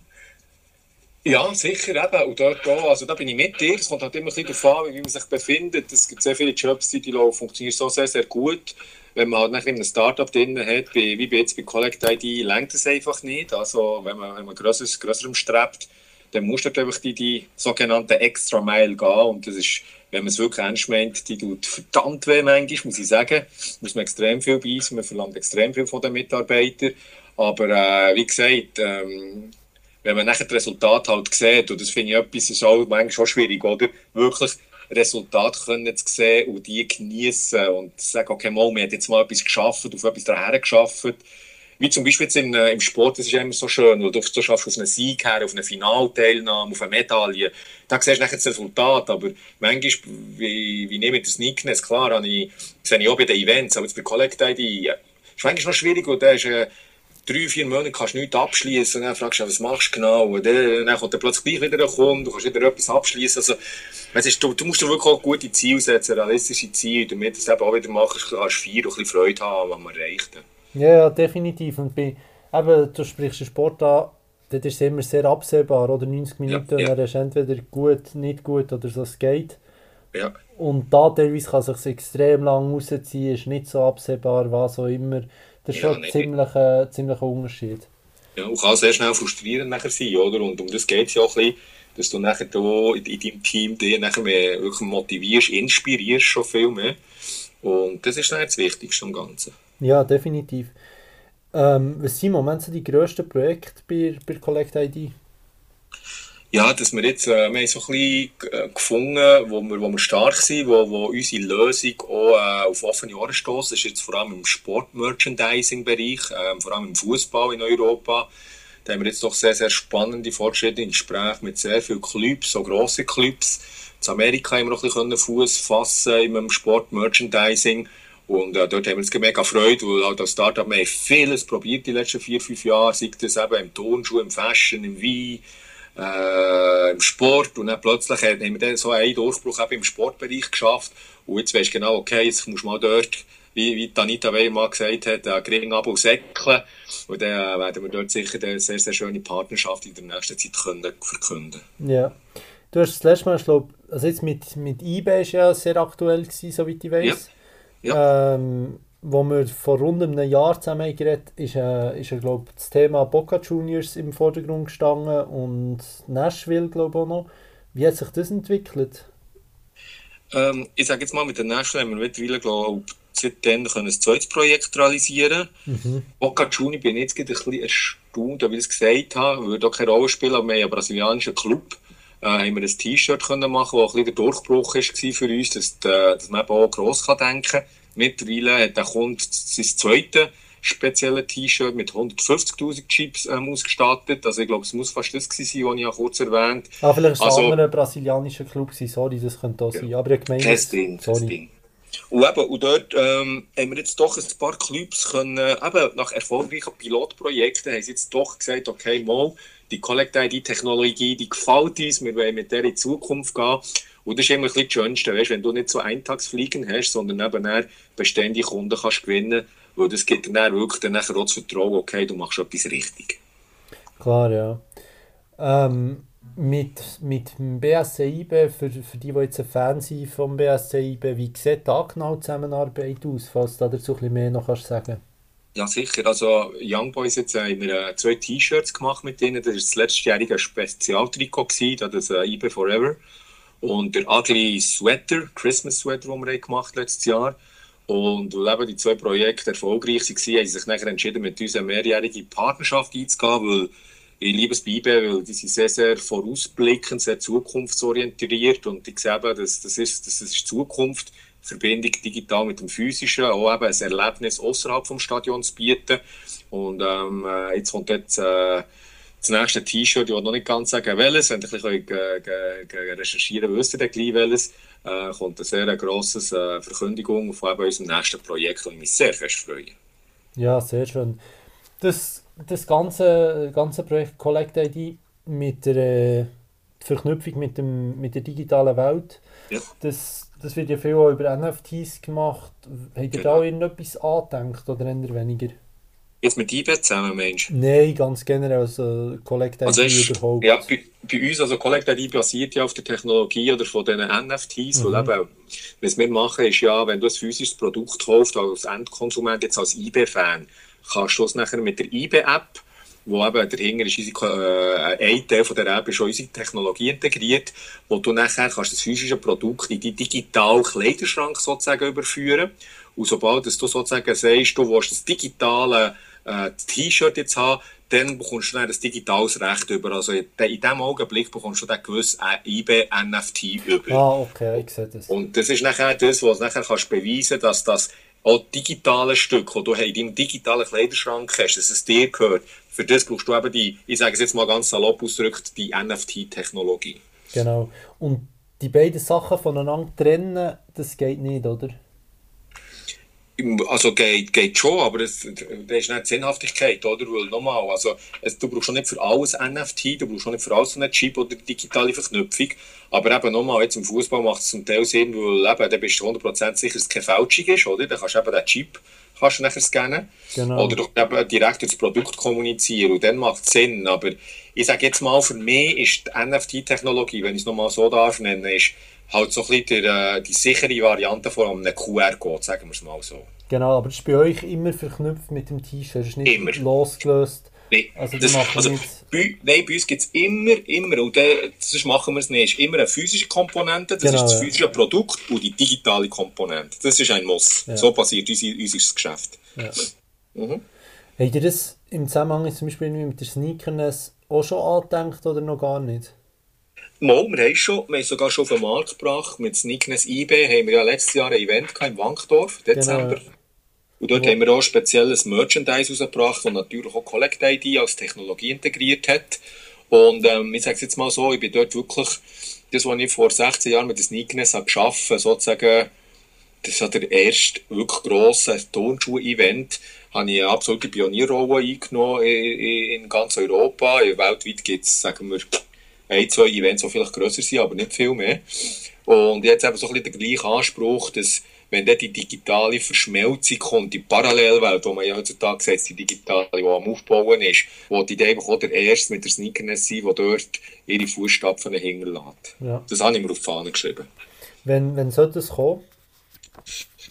Ja, sicher eben. Und dort auch, also da bin ich mit dir. Es kommt halt immer ein bisschen darauf an, wie man sich befindet. Es gibt sehr viele Jobs, die laufen, funktionieren so sehr, sehr gut. Wenn man halt nachher in einem Startup drin hat, wie bei jetzt bei Collect I D, lenkt es einfach nicht. Also wenn man, wenn man grösseres, grösserem strebt, dann muss dort einfach die, die sogenannte Extra Mile gehen. Und das ist, wenn man es wirklich ernst meint, die tut verdammt weh manchmal, muss ich sagen. Muss man extrem viel beißen, man verlangt extrem viel von den Mitarbeitern. Aber äh, wie gesagt, ähm, wenn man nachher das Resultat halt sieht, und das finde ich etwas, ist auch manchmal schon schwierig, oder? Wirklich Resultate können zu sehen und die genießen und sagen, okay, mal, wir haben jetzt mal etwas geschafft, auf etwas daher geschafft. Wie zum Beispiel jetzt in, äh, im Sport, das ist immer so schön, weil du so schaffst auf einen Sieg her, auf eine Finalteilnahme, auf eine Medaille. Da siehst du nachher das Resultat, aber manchmal, wie, wie nehme ich das Sneakness, klar, habe ich, das sehe ich auch bei den Events, aber jetzt bei Collect I D, ist manchmal noch schwierig, weil da ist, äh, drei, vier Monate kannst du nichts abschließen und dann fragst du, was machst du genau? Und dann, dann kommt dann plötzlich wieder ein Kunde, du kannst wieder etwas abschließen. Also, es ist, du, du musst dir wirklich auch gute Ziele setzen, realistische Ziele, damit du es eben auch wieder machst, kannst du vier und ein bisschen Freude haben, was man erreicht. Ja, definitiv. Und bei, eben, du sprichst den Sport an, das ist immer sehr absehbar, oder neunzig Minuten, ja, ja. Und dann hast du entweder gut, nicht gut oder so, es geht. Ja. Und da teilweise kann es sich extrem lang rausziehen, ist nicht so absehbar, was auch immer. Das ist ja, schon ein ziemlicher, ziemlicher Unterschied. Ja, und kann sehr schnell frustrierend nachher sein, oder? Und um das geht es ja auch ein bisschen, dass du nachher da in, in deinem Team dich nachher mehr wirklich motivierst, inspirierst schon viel mehr. Und das ist dann das Wichtigste am Ganzen. Ja, definitiv. Ähm, was sind im Moment so die grössten Projekte bei, bei Collect I D? Ja, dass wir jetzt äh, wir haben so ein bisschen äh, gefunden, wo wir, wo wir stark sind, wo, wo unsere Lösung auch äh, auf offene Ohren stößt. Das ist jetzt vor allem im Sport-Merchandising-Bereich, äh, vor allem im Fußball in Europa. Da haben wir jetzt doch sehr, sehr spannende Fortschritte in Gesprächen mit sehr vielen Clubs, so grossen Clubs. In Amerika haben wir auch ein bisschen Fuß fassen im Sport-Merchandising. Und äh, dort haben wir uns mega Freude, weil halt als Startup wir haben vieles probiert die letzten vier, fünf Jahre, sei das eben im Turnschuh, im Fashion, im Wein, äh, im Sport. Und dann plötzlich haben wir dann so einen Durchbruch eben im Sportbereich geschafft. Und jetzt weisst du genau, okay, jetzt musst du mal dort, wie, wie Anita Weyer mal gesagt hat, äh, gering ab und säckeln. Und dann äh, werden wir dort sicher eine sehr, sehr schöne Partnerschaft in der nächsten Zeit können verkünden. Ja. Du hast das letzte Mal, ich glaube, also jetzt mit, mit eBay ist ja sehr aktuell gewesen, soweit ich weiss. Ja. Ja. Ähm, wo wir vor rund einem Jahr zusammen haben geredet haben, ist, äh, ist äh, glaub, das Thema Boca Juniors im Vordergrund gestanden und Nashville, glaube ich, auch noch. Wie hat sich das entwickelt? Ähm, ich sage jetzt mal, mit der Nashville haben wir mittlerweile, glaube ich, seitdem können ein zweites Projekt realisieren. Mhm. Boca Juniors bin ich jetzt gerade ein bisschen erstaunt, wie ich es gesagt habe. Würde auch keine Rolle spielen, aber wir haben einen brasilianischen Club. Äh, haben wir ein T-Shirt können machen, das ein bisschen der Durchbruch war für uns, dass, die, dass man eben auch gross kann denken kann. Mittlerweile hat der Kunde sein zweites spezielles T-Shirt mit hundertfünfzigtausend Chips ähm, ausgestattet. Also ich glaube, es muss fast das gewesen sein, was ich ja kurz erwähnt habe. Ah, vielleicht war es Also, ein anderer brasilianischer Club gewesen. Sorry, das könnte auch sein. Ja. Aber ich meine, kein Ding, kein Ding. Und, eben, und dort ähm, haben wir jetzt doch ein paar Clubs können, eben nach erfolgreichen Pilotprojekten, haben sie jetzt doch gesagt, okay, mal, die Collect-I D-Technologie, die gefällt uns, wir wollen mit der in die Zukunft gehen. Und das ist immer ein bisschen das Schönste, weißt, wenn du nicht so Eintagsfliegen hast, sondern eben dann bestehende Kunden kannst gewinnen, weil das gibt dir dann wirklich dann auch das Vertrauen, okay, du machst etwas richtig. Klar, ja. Ähm, mit, mit dem B S C I B, für, für die, die jetzt ein Fan sind vom B S C I B, wie sieht da genau die Zusammenarbeit aus, falls du dazu ein bisschen mehr noch kannst sagen? Ja, sicher. Also Young Boys jetzt äh, haben wir äh, zwei T-Shirts gemacht mit denen. Das war das letztjährige Spezialtrikot gewesen, das äh, I B Forever. Und der Ugly Sweater, Christmas Sweater, den wir haben gemacht letztes Jahr. Und weil eben die zwei Projekte erfolgreich waren, haben sie sich nachher entschieden, mit uns eine mehrjährige Partnerschaft einzugehen, weil ich liebe es bei I B, weil die sind sehr, sehr vorausblickend, sehr zukunftsorientiert und ich sehe eben, das, das, ist, das ist Zukunft, Verbindung digital mit dem Physischen, auch eben ein Erlebnis außerhalb des Stadions zu bieten. Und ähm, jetzt kommt jetzt äh, das nächste T-Shirt, ich will noch nicht ganz sagen, welches, wenn ihr ein bisschen äh, äh, recherchieren wisst ihr dann gleich welches, äh, kommt eine sehr grosse äh, Verkündigung von eben unserem nächsten Projekt, und ich mich sehr fest freue. Ja, sehr schön. Das, das ganze, ganze Projekt Collect-I D mit der äh, Verknüpfung mit, dem, mit der digitalen Welt, Ja. das, das wird ja viel auch über N F Ts gemacht. Habt ihr Genau. da irgendetwas angedenkt oder eher weniger? Jetzt mit I B zusammen, Mensch. Nein, ganz generell, also Collect-I D Also ist, überhaupt. ja, bei, bei uns, also Collect-I D basiert ja auf der Technologie oder von diesen N F Ts, Mhm. weil eben, was wir machen, ist ja, wenn du ein physisches Produkt kaufst, als Endkonsument, jetzt als I B-Fan, kannst du es nachher mit der I B-App, wo eben dahinter ist unsere, äh, ein Teil von der App ist schon unsere Technologie integriert, wo du nachher kannst das physische Produkt in die digitalen Kleiderschrank sozusagen überführen. Und sobald dass du sozusagen sagst, du willst das digitale äh, T-Shirt jetzt haben, dann bekommst du dann ein digitales Recht über. Also in diesem Augenblick bekommst du dann gewiss I B-N F T über. Ah, okay, ich sehe das. Und das ist nachher das, was du nachher kannst beweisen, dass das auch digitale Stück, das du in deinem digitalen Kleiderschrank hast, dass es dir gehört. Für das brauchst du eben die, ich sage es jetzt mal ganz salopp ausgedrückt, die N F T-Technologie. Genau. Und die beiden Sachen voneinander trennen, das geht nicht, oder? Also geht, geht schon, aber das, das ist nicht die Sinnhaftigkeit, oder? Weil nochmal, also es, du brauchst schon nicht für alles N F T, du brauchst schon nicht für alles so einen Chip oder digitale Verknüpfung. Aber eben nochmal, jetzt im Fußball macht es zum Teil Sinn, weil eben, dann bist du hundert Prozent sicher, dass es keine Fälschung ist, oder? Dann kannst du eben den Chip kannst du nachher scannen. Genau. Oder du eben direkt durch das Produkt kommunizieren. Und dann macht es Sinn. Aber ich sage jetzt mal, für mich ist die N F T-Technologie, wenn ich es nochmal so darf nennen, ist halt so ein bisschen der, die sichere Variante von einem Q R-Code, sagen wir es mal so. Genau, aber das ist bei euch immer verknüpft mit dem T-Shirt, das ist nicht Immer. losgelöst. Nein, Also die das, machen also, nicht... bei, nein, bei uns gibt es immer, immer, und dann, sonst machen wir es nicht, ist immer eine physische Komponente, das Genau, ist das ja. physische Produkt, und die digitale Komponente. Das ist ein Muss. Ja. So passiert unser, unser Geschäft. Ja. Mhm. Habt ihr das im Zusammenhang zum Beispiel mit der Sneakerness auch schon angedenkt oder noch gar nicht? Mal, wir haben schon, wir haben sogar schon auf den Markt gebracht, mit Sneakness I B haben wir ja letztes Jahr ein Event gehabt, im Wankdorf, Dezember. Genau, ja. Und dort Wo- haben wir auch spezielles Merchandise rausgebracht, das natürlich auch Collect-I D als Technologie integriert hat. Und ähm, ich sage es jetzt mal so, ich bin dort wirklich, das, was ich vor sechzehn Jahren mit der Sneakness habe geschaffen, sozusagen, das war der erste wirklich grosse Turnschuh-Event, habe ich eine absolute Pionierrolle eingenommen in, in, in ganz Europa. Weltweit gibt es, sagen wir, ein, zwei Events, die vielleicht grösser sind, aber nicht viel mehr. Und jetzt eben so ein bisschen der gleiche Anspruch, dass wenn dann die digitale Verschmelzung kommt, die Parallelwelt, wo man ja heutzutage sagt, die digitale, die am Aufbauen ist, wo die dann einfach auch der Erste mit der Sneakerness sein, der dort ihre Fußstapfen hinterlässt. Ja. Das habe ich mir auf die Fahne geschrieben. Wenn, wenn sollte es kommen?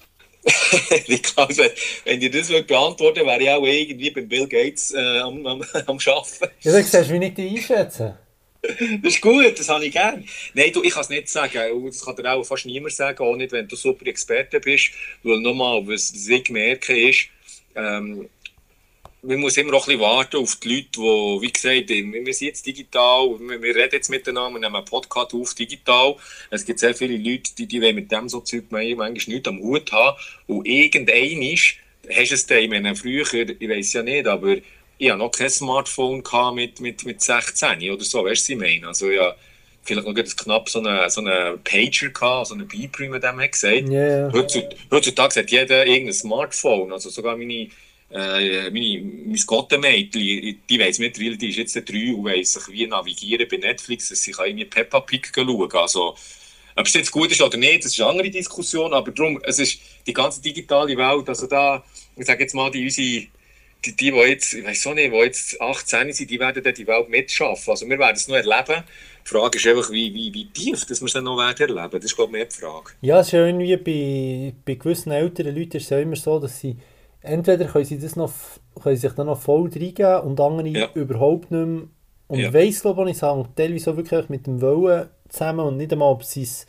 Also, wenn ihr das beantworten wäre ich auch irgendwie beim Bill Gates äh, am, am, am Arbeiten. Ja, dann siehst du, wie ich dich einschätze. Das ist gut, das habe ich gerne. Nein, du, ich kann es nicht sagen. Und das kann dir auch fast niemand sagen, auch nicht, wenn du super Experte bist. Weil nochmal, was ich merke, ist, ähm, man muss immer noch ein bisschen warten auf die Leute, die, wie gesagt, wir sind jetzt digital, wir, wir reden jetzt miteinander, wir nehmen einen Podcast auf digital. Es gibt sehr viele Leute, die, die mit dem so Zeug manchmal nichts am Hut haben. Und irgendein ist, hast du es dann, ich meine, früher, ich weiss ja nicht, aber ich hatte noch kein Smartphone mit, mit, mit sechzehn oder so, weißt du, was ich meine? Also ja, vielleicht noch knapp so einen so eine Pager gehabt, so einen Beeper, wie man dem hat gesagt. Yeah. Heutzutage, heutzutage hat jeder irgendein Smartphone, also sogar meine Äh, meine, mein Gottenmädchen, die weiss mittlerweile, die ist jetzt drei und weiss sich wie navigieren bei Netflix, dass sie kann irgendwie Peppa Pig schauen kann. Also, ob es jetzt gut ist oder nicht, das ist eine andere Diskussion, aber darum, es ist die ganze digitale Welt, also da, ich sage jetzt mal, die unsere, die, die, die jetzt, ich weiss auch nicht, die jetzt achtzehn sind, die werden dann die Welt mitschaffen. Also wir werden es noch erleben. Die Frage ist einfach, wie, wie, wie tief dass wir es dann noch werden erleben. Das ist, glaube ich, mehr die Frage. Ja, es ist ja irgendwie bei, bei gewissen älteren Leuten ist es ja immer so, dass sie entweder können sie, das noch, können sie sich dann noch voll reingeben und andere Ja. überhaupt nicht mehr. Und Ja. ich weiss, glaube ich, ich sage teilweise auch wirklich mit dem Wollen zusammen und nicht einmal, ob sie es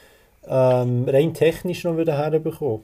ähm, rein technisch noch wieder herbekommen.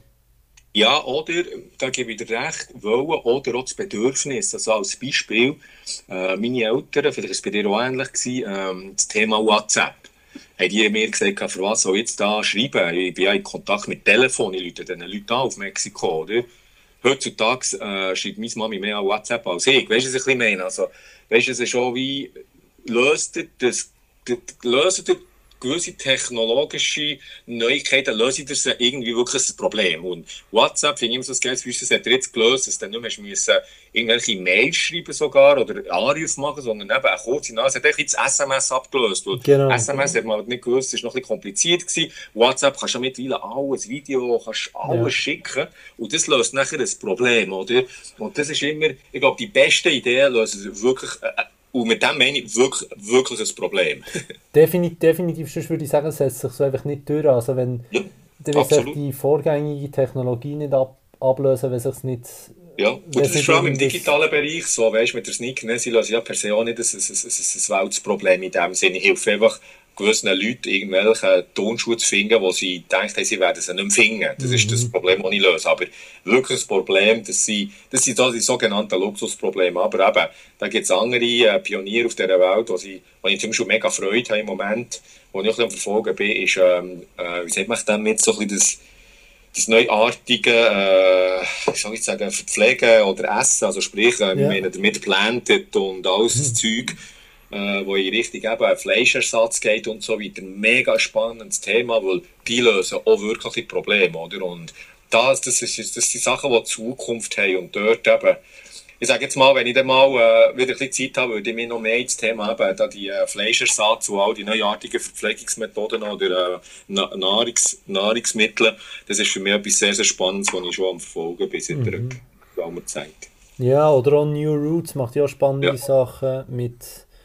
Ja, oder, da gebe ich dir recht, wollen oder auch das Bedürfnis. Also als Beispiel, äh, meine Eltern, vielleicht war es bei dir auch ähnlich, gewesen, ähm, das Thema WhatsApp. Haben die mir gesagt, für was soll ich jetzt da schreiben? Ich bin ja in Kontakt mit Telefon, ich rufe diesen Leuten an auf Mexiko, oder? Heutzutage äh, schreibt meine Mami mehr an WhatsApp als ich. Weißt du, was ich ein bisschen meine? Also, weißt du, es ist schon wie, löst ihr das, das, löst ihr gewisse technologische Neuigkeiten, löst ihr das irgendwie wirklich ein Problem? Und WhatsApp, finde ich immer so das Geile, das hat er jetzt gelöst, dass du dann nicht mehr müssen, irgendwelche Mails schreiben sogar oder Anrufe machen, sondern eben eine kurze Nachricht. Es hat jetzt S M S abgelöst. Genau. S M S hat man nicht gewusst, ist noch ein bisschen kompliziert gewesen. WhatsApp kannst du mittlerweile alles, Video, kannst alles Ja. schicken und das löst nachher ein Problem, oder? Und das ist immer, ich glaube, die besten Ideen lösen wirklich, äh, und mit dem meine ich wirklich, wirklich ein Problem. Definitiv, definitiv, sonst würde ich sagen, es setzt sich so einfach nicht durch. Also wenn, Ja, dann wird sich absolut. die vorgängige Technologie nicht ab, ablösen, wenn sich es nicht... Ja, und wenn das es ist nicht vor allem im irgendwas- digitalen Bereich so, weißt du, mit der Sneaker, ne, sie lösen ja per se auch nicht ein, ein, ein, ein, ein Weltproblem in dem Sinne. Ich helfe einfach gewissen Leuten, irgendwelche Tonschuhe zu finden, wo sie gedacht haben, sie werden sie nicht mehr finden. Das ist das Problem, das ich löse. Aber wirklich das Problem, dass sie, das sind so die sogenannten Luxusprobleme. Aber eben, da gibt es andere äh, Pioniere auf dieser Welt, wo, sie, wo ich zum Beispiel mega Freude habe im Moment, wo ich auch ein bisschen am Verfolgen bin, ist, ähm, äh, wie sagt man denn mit so ein bisschen das, das neuartige, äh, wie soll ich sagen, Verpflegen oder Essen, also sprich, äh, Ja. wir meinen damit Planted und alles das Zeug, äh, wo in Richtung eben Fleischersatz geht und so weiter. Mega spannendes Thema, weil die lösen auch wirklich die Probleme, oder? Und das, das, ist, das sind Sachen, die Zukunft haben und dort eben, ich sage jetzt mal, wenn ich dann mal äh, wieder ein bisschen Zeit habe, würde ich mich noch mehr ins Thema eben, da die äh, Fleischersatz und all die neuartigen Verpflegungsmethoden oder äh, Na- Nahrungs Nahrungsmittel, das ist für mich etwas sehr, sehr Spannendes, was ich schon am Verfolgen bin seit einer geraumer Zeit. Ja, oder auch New Roots macht ja auch spannende Ja. Sachen mit...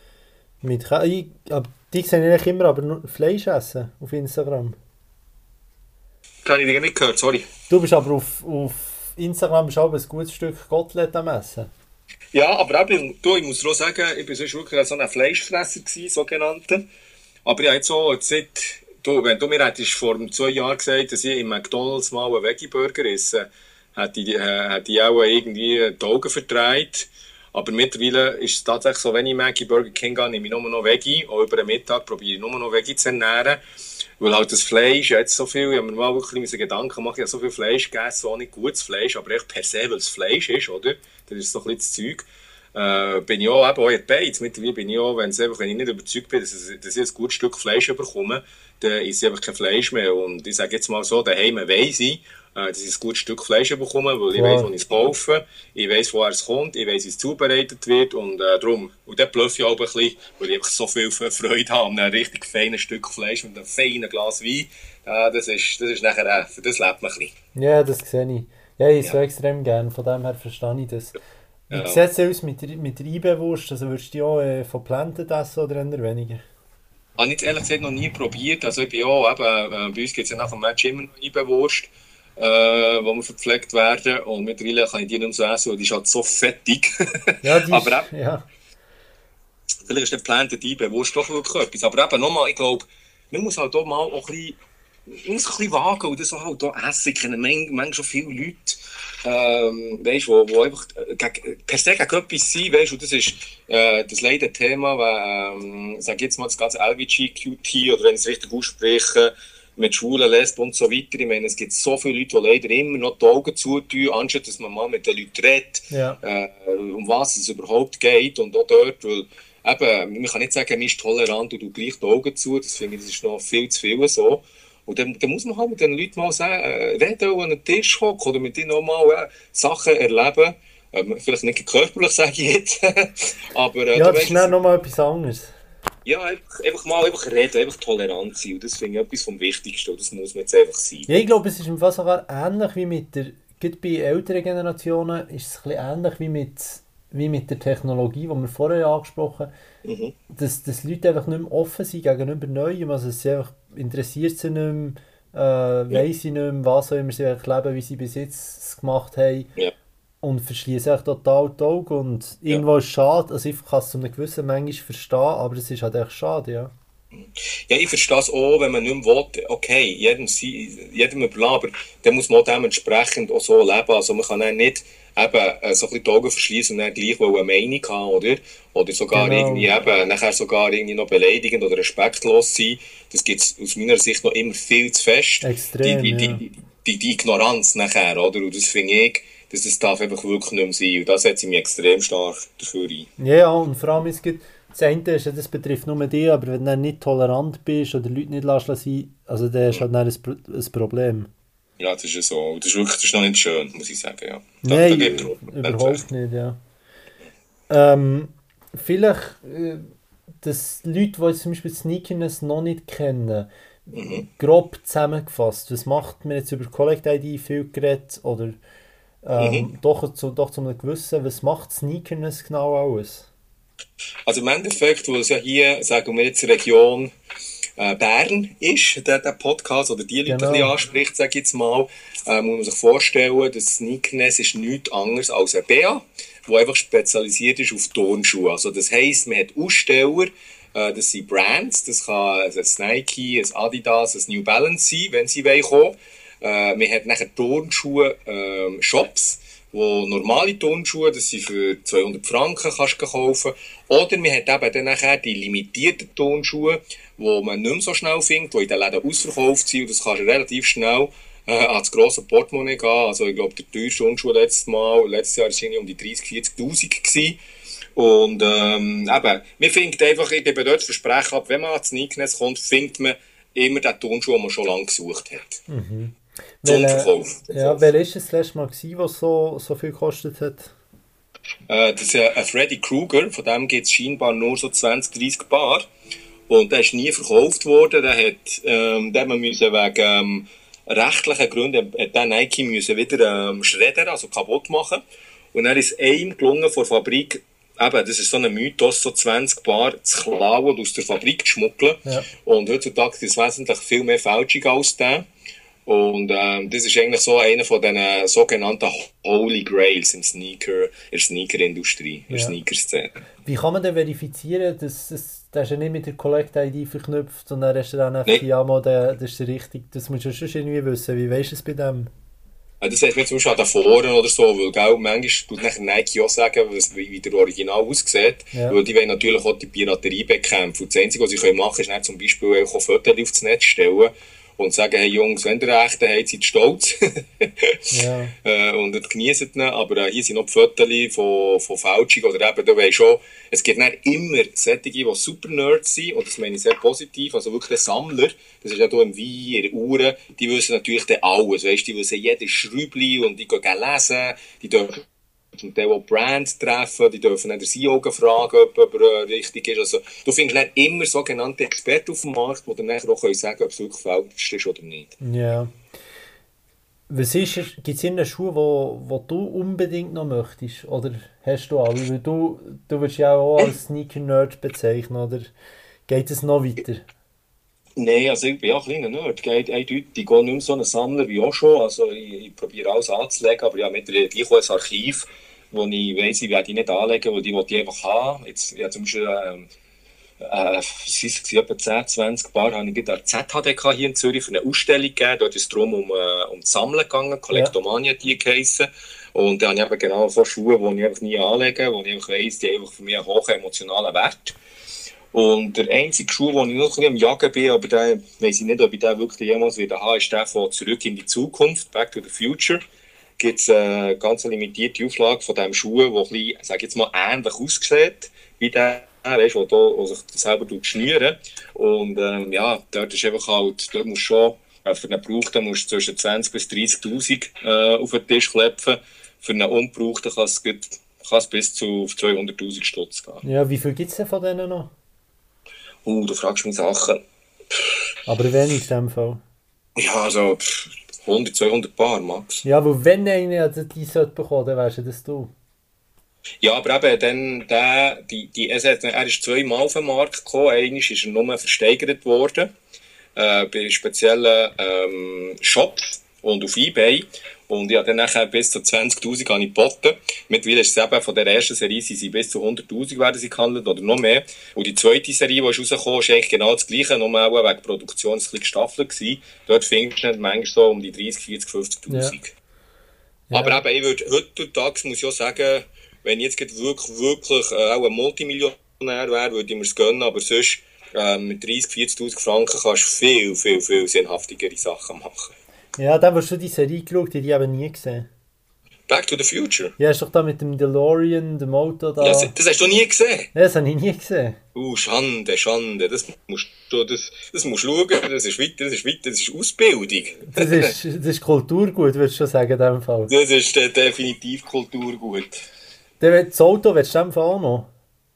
mit Kä- ich, aber die sehe ich eigentlich immer, aber nur Fleisch essen auf Instagram. Das habe ich dir nicht gehört, sorry. Du bist aber auf, auf Instagram bist auch ein gutes Stück Kotelett am Essen. Ja, aber eben, du, ich muss dir auch sagen, ich war sonst wirklich so ein Fleischfresser gewesen, sogenannter. Aber ich habe jetzt auch seit, du, wenn du mir hättest vor zwei Jahren gesagt, dass ich im McDonalds mal einen Veggie-Burger esse, hätte ich, äh, hätte ich auch irgendwie die Augen verdreht. Aber mittlerweile ist es tatsächlich so, wenn ich Maggie Burger King gehe, nehme ich nur noch Veggie. Auch über den Mittag probiere ich nur noch Veggie zu ernähren. Weil halt das Fleisch, jetzt so viel, ich habe mir mal wirklich diese Gedanken gemacht, ich habe so viel Fleisch gegessen, auch nicht gutes Fleisch, aber echt per se, weil es Fleisch ist, oder? Das ist so ein bisschen das Zeug. Äh, bin ich auch eben auch in Beiz. Mittlerweile bin ich auch, wenn, es einfach, wenn ich nicht überzeugt bin, dass, es, dass ich ein gutes Stück Fleisch bekomme, dann ist es einfach kein Fleisch mehr. Und ich sage jetzt mal so, daheim weiss ich, äh, dass ich ein gutes Stück Fleisch bekomme, weil ich Klar. weiss, wo ich es kaufe, ich weiss, woher es kommt, ich weiss, wie es zubereitet wird und äh, darum. Und dann bluffe ich auch ein bisschen, weil ich einfach so viel Freude habe an einem richtig feinen Stück Fleisch mit einem feinen Glas Wein. Äh, das ist, das ist nachher, äh, für das lebt man ein bisschen. Ja, das sehe ich. Ja, ich Ja. so extrem gern, von dem her verstehe ich das. Wie Ja. sieht es aus mit der, mit der Eibenwurst? Also würdest du die auch äh, von Planten essen oder eher weniger? Habe ich jetzt ehrlich gesagt noch nie probiert. Also ich bin auch, eben, äh, bei uns gibt es ja nach dem Match immer noch Eibenwurst. äh, wo wir verpflegt werden. Und mittlerweile kann ich die nicht mehr so essen, weil die ist halt so fettig. Ja, die Aber ist, ja. vielleicht ist der Plan dabei, bewusst doch wirklich etwas. Aber eben nochmal, ich glaube, man muss halt auch mal auch ein bisschen, man muss ein bisschen wagen und das auch halt auch essen. Ich kenne manchmal schon viele Leute, ähm, weißt, wo, wo einfach gegen, per se gegen etwas sind, weißt, und das ist äh, das leider Thema, weil, ähm, sag jetzt mal, das ganze L G B T Q T oder wenn ich es richtig ausspreche, mit Schwulen, Lesben und so weiter. Ich meine, es gibt so viele Leute, die leider immer noch die Augen zutun, anstatt dass man mal mit den Leuten redet, Ja. äh, um was es überhaupt geht. Und auch dort, weil eben, man kann nicht sagen, man ist tolerant und du gleich die Augen zu. Das finde ich, das ist noch viel zu viel so. Und dann, dann muss man halt mit den Leuten mal sagen, äh, reden und an den Tisch hocken oder mit ihnen auch mal äh, Sachen erleben. Ähm, vielleicht nicht körperlich, sage ich jetzt. Aber, äh, Ja, du das ist weißt, dann nochmal etwas anderes. ja, einfach, einfach mal einfach reden, einfach tolerant sein. Und das finde ich etwas vom Wichtigsten. Und das muss man jetzt einfach sein. Ja, ich glaube, es ist im Fall sogar ähnlich wie mit der, gerade bei älteren Generationen ist es ein bisschen ähnlich wie mit, wie mit der Technologie, die wir vorher angesprochen haben, Mhm. dass, dass Leute einfach nicht mehr offen sind gegenüber Neuem, also es sie einfach interessiert sie nicht mehr, äh, Ja. weiss sie nicht mehr, was auch immer sie eigentlich leben, wie sie bis jetzt es gemacht haben Ja. und verschließen echt total die Augen und irgendwo ist es schade, also ich kann es zu einer gewissen Menge verstehen, aber es ist halt echt schade, ja. Ja, ich verstehe es auch, wenn man nicht mehr will, okay, jedem, sei- jedem überlassen, aber dann muss man auch dementsprechend auch so leben. Also man kann dann nicht eben äh, so ein bisschen die Augen verschließen und dann gleich wohl eine Meinung haben, oder? Oder sogar Genau. irgendwie eben, nachher sogar irgendwie noch beleidigend oder respektlos sein. Das gibt es aus meiner Sicht noch immer viel zu fest. Extrem, die, die, ja. die, die, die Ignoranz nachher, oder? Und das finde ich, dass das darf einfach wirklich nicht mehr sein. Und da setze ich mich extrem stark dafür ein. Ja, ja, und vor allem ist es gibt- das eine ist, ja, das betrifft nur dich, aber wenn du dann nicht tolerant bist oder Leute nicht lässt sein, also dann ist halt dann ein, Pro- ein Problem. Ja, das ist ja so. Und das ist wirklich, das ist noch nicht schön, muss ich sagen, ja. Da, da Nein, gibt es überhaupt nicht, ja. Ähm, vielleicht, äh, dass Leute, die jetzt zum Beispiel Sneakerness noch nicht kennen, Mhm. grob zusammengefasst, was macht man jetzt über Collect I D viel geredet oder ähm, Mhm. doch, zu, doch zu einem gewissen, was macht Sneakerness genau alles? Also im Endeffekt, wo es ja hier, sagen wir jetzt, Region äh, Bern ist, der, der Podcast, oder die Leute ein bisschen Genau. anspricht, sage ich jetzt mal, äh, muss man sich vorstellen, dass Sneakerness ist nichts anderes als ein B A, der einfach spezialisiert ist auf Turnschuhe. Also das heisst, man hat Aussteller, äh, das sind Brands, das kann ein Nike, ein Adidas, ein New Balance sein, wenn sie wollen kommen. Äh, man hat nachher Turnschuhe, ähm, Shops, wo normale Turnschuhe, das sind für zweihundert Franken kannst du kaufen. Oder man hat eben dann nachher die limitierten Turnschuhe, die man nicht mehr so schnell findet, die in den Läden ausverkauft sind. Und das kannst du relativ schnell äh, an das grosse Portemonnaie gehen. Also ich glaube, der teuerste Turnschuh letztes Mal, letztes Jahr war es irgendwie um die dreißig, vierzigtausend gewesen. Und ähm, eben, man findet einfach, ich gebe dort das Versprechen ab, wenn man an das Sneakerness kommt, findet man immer den Turnschuh, den man schon lange gesucht hat. Mhm. Zum Welcher Verkauf. ja, welcher ist das letzte Mal gewesen, was so, so viel gekostet hat? Äh, das ist ein ein Freddy Krueger, von dem gibt es scheinbar nur so zwanzig, dreißig Paar. Und der ist nie verkauft worden. Der hat, ähm, den man müssen wegen ähm, rechtlichen Gründen, hat der Nike müssen wieder ähm, schreddern, also kaputt machen. Und dann ist einem gelungen, von der Fabrik, eben, das ist so ein Mythos, so zwanzig Paar zu klauen und aus der Fabrik zu schmuggeln. Ja. Und heutzutage ist es wesentlich viel mehr Fälschung als der. Und ähm, das ist eigentlich so einer von diesen sogenannten Holy Grails im Sneaker, in der Sneaker-Industrie, in der Ja. Sneaker-Szene. Wie kann man denn verifizieren, dass das, das ist ja nicht mit der Collect I D verknüpft und dann hast du dann einfach Nein. ja mal, der, das ist richtig, das musst du schon irgendwie wissen. Wie weisst du es bei dem? Ja, das heißt mir zum Beispiel an den Foren oder so, weil gell, manchmal tut nachher Nike auch sagen, was, wie, wie der Original aussieht, Ja. weil die wollen natürlich auch die Piraterie bekämpfen. Und das Einzige, was sie können machen können, ist dann zum Beispiel auch Fotos aufs Netz stellen und sagen, hey Jungs, wenn ihr recht habt, seid stolz. Ja. äh, und das geniessen ihn. Aber äh, hier sind noch die Fotos von, von Fälschung oder eben, du weißt schon, es gibt nicht immer solche, die super Nerds sind, und das meine ich sehr positiv, also wirklich Sammler, das ist ja hier im Wein, in den Uhren, die wissen natürlich dann alles, weißt, die wissen jedes Schräubchen und die gehen lesen, die dürfen zum Teil auch Brands treffen, die dürfen dann den C E O fragen, ob er äh, richtig ist. Also, du findest nicht immer sogenannte Experten auf dem Markt, die dann nachher auch können sagen, ob es wirklich falsch ist oder nicht. Ja. Was ist, gibt es irgendeinen Schuh, wo, wo du unbedingt noch möchtest? Oder hast du alle? Weil du, du wirst ja auch als Sneaker-Nerd bezeichnen, oder geht es noch weiter? Nein, also ich bin auch ein kleiner Nerd, gell? Eindeutig. Ich gehe nicht mehr so ein Sammler wie auch schon. Also ich, ich probiere alles anzulegen, aber ja, mittlerweile gleich auch ein Archiv, wo ich weiss, ich werde die nicht anlegen, weil die will ich einfach haben. Jetzt, ja, zum Beispiel, ähm, äh, es waren etwa zehn, zwanzig Paar, habe ich bei der Z H D K hier in Zürich für eine Ausstellung gegeben. Dort ist es darum um, äh, um das Sammeln gegangen, Kollektomania hat die geheissen. Und dann habe ich eben genau so Schuhe, die ich einfach nie anlege, wo ich einfach weiss, die haben einfach für mich einen hohen emotionalen Wert. Und der einzige Schuh, den ich noch ein bisschen am Jagen bin, aber den weiss ich nicht, ob ich den wirklich jemals wieder habe, ist der von «Zurück in die Zukunft», «Back to the Future». Gibt es eine ganz limitierte Auflage von diesem Schuh, der ein bisschen, sag jetzt mal, ähnlich aussieht wie der, weißt, wo, da, wo sich selber schnüren. Und ähm, ja, dort ist einfach halt, dort musst du schon, äh, für einen Gebrauchten musst du zwischen zwanzig bis dreißigtausend äh, auf den Tisch klepfen. Für einen Ungebrauchten kann es, kann es bis zu zweihunderttausend Stutz gehen. Ja, wie viel gibt es denn von denen noch? Uh, du fragst mich Sachen. Aber wenig in dem Fall. Ja, also pff, hundert, zweihundert Paar max. Ja, weil wenn einer die sollte bekommen, dann wärst das du. Ja, aber eben, dann, der, die, die, er ist zweimal auf den Markt gekommen. Einmal ist er nur versteigert worden, äh, bei speziellen ähm, Shops und auf eBay. Und ich habe dann nachher bis zu zwanzigtausend geboten. Mittlerweile ist es eben von der ersten Serie, sind sie bis zu hunderttausend werden sie gehandelt oder noch mehr. Und die zweite Serie, die ist rausgekommen, ist eigentlich genau das Gleiche, nur auch wegen Produktion ein bisschen gestaffelt gewesen. Dort findest du manchmal so um die dreißig, vierzig, fünfzigtausend. Ja. Ja. Aber eben, ich würde, heutzutage muss ich auch sagen, wenn ich jetzt wirklich, wirklich äh, auch ein Multimillionär wäre, würde ich mir es gönnen, aber sonst äh, mit dreißig, vierzigtausend Franken kannst du viel, viel, viel sinnhaftigere Sachen machen. Ja, dann hast du die Serie geschaut, die habe ich nie gesehen. Back to the Future? Ja, ist doch da mit dem DeLorean, dem Auto da. Ja, das hast du nie gesehen? Ja, das habe ich nie gesehen. Uh, Schande, Schande, das musst du, das, das musst du schauen, das ist weiter, das ist weiter, das ist Ausbildung. Das ist, das ist Kulturgut, würdest du schon sagen, in dem Fall. Das ist äh, definitiv Kulturgut. Das Auto willst du in dem Fall auch noch?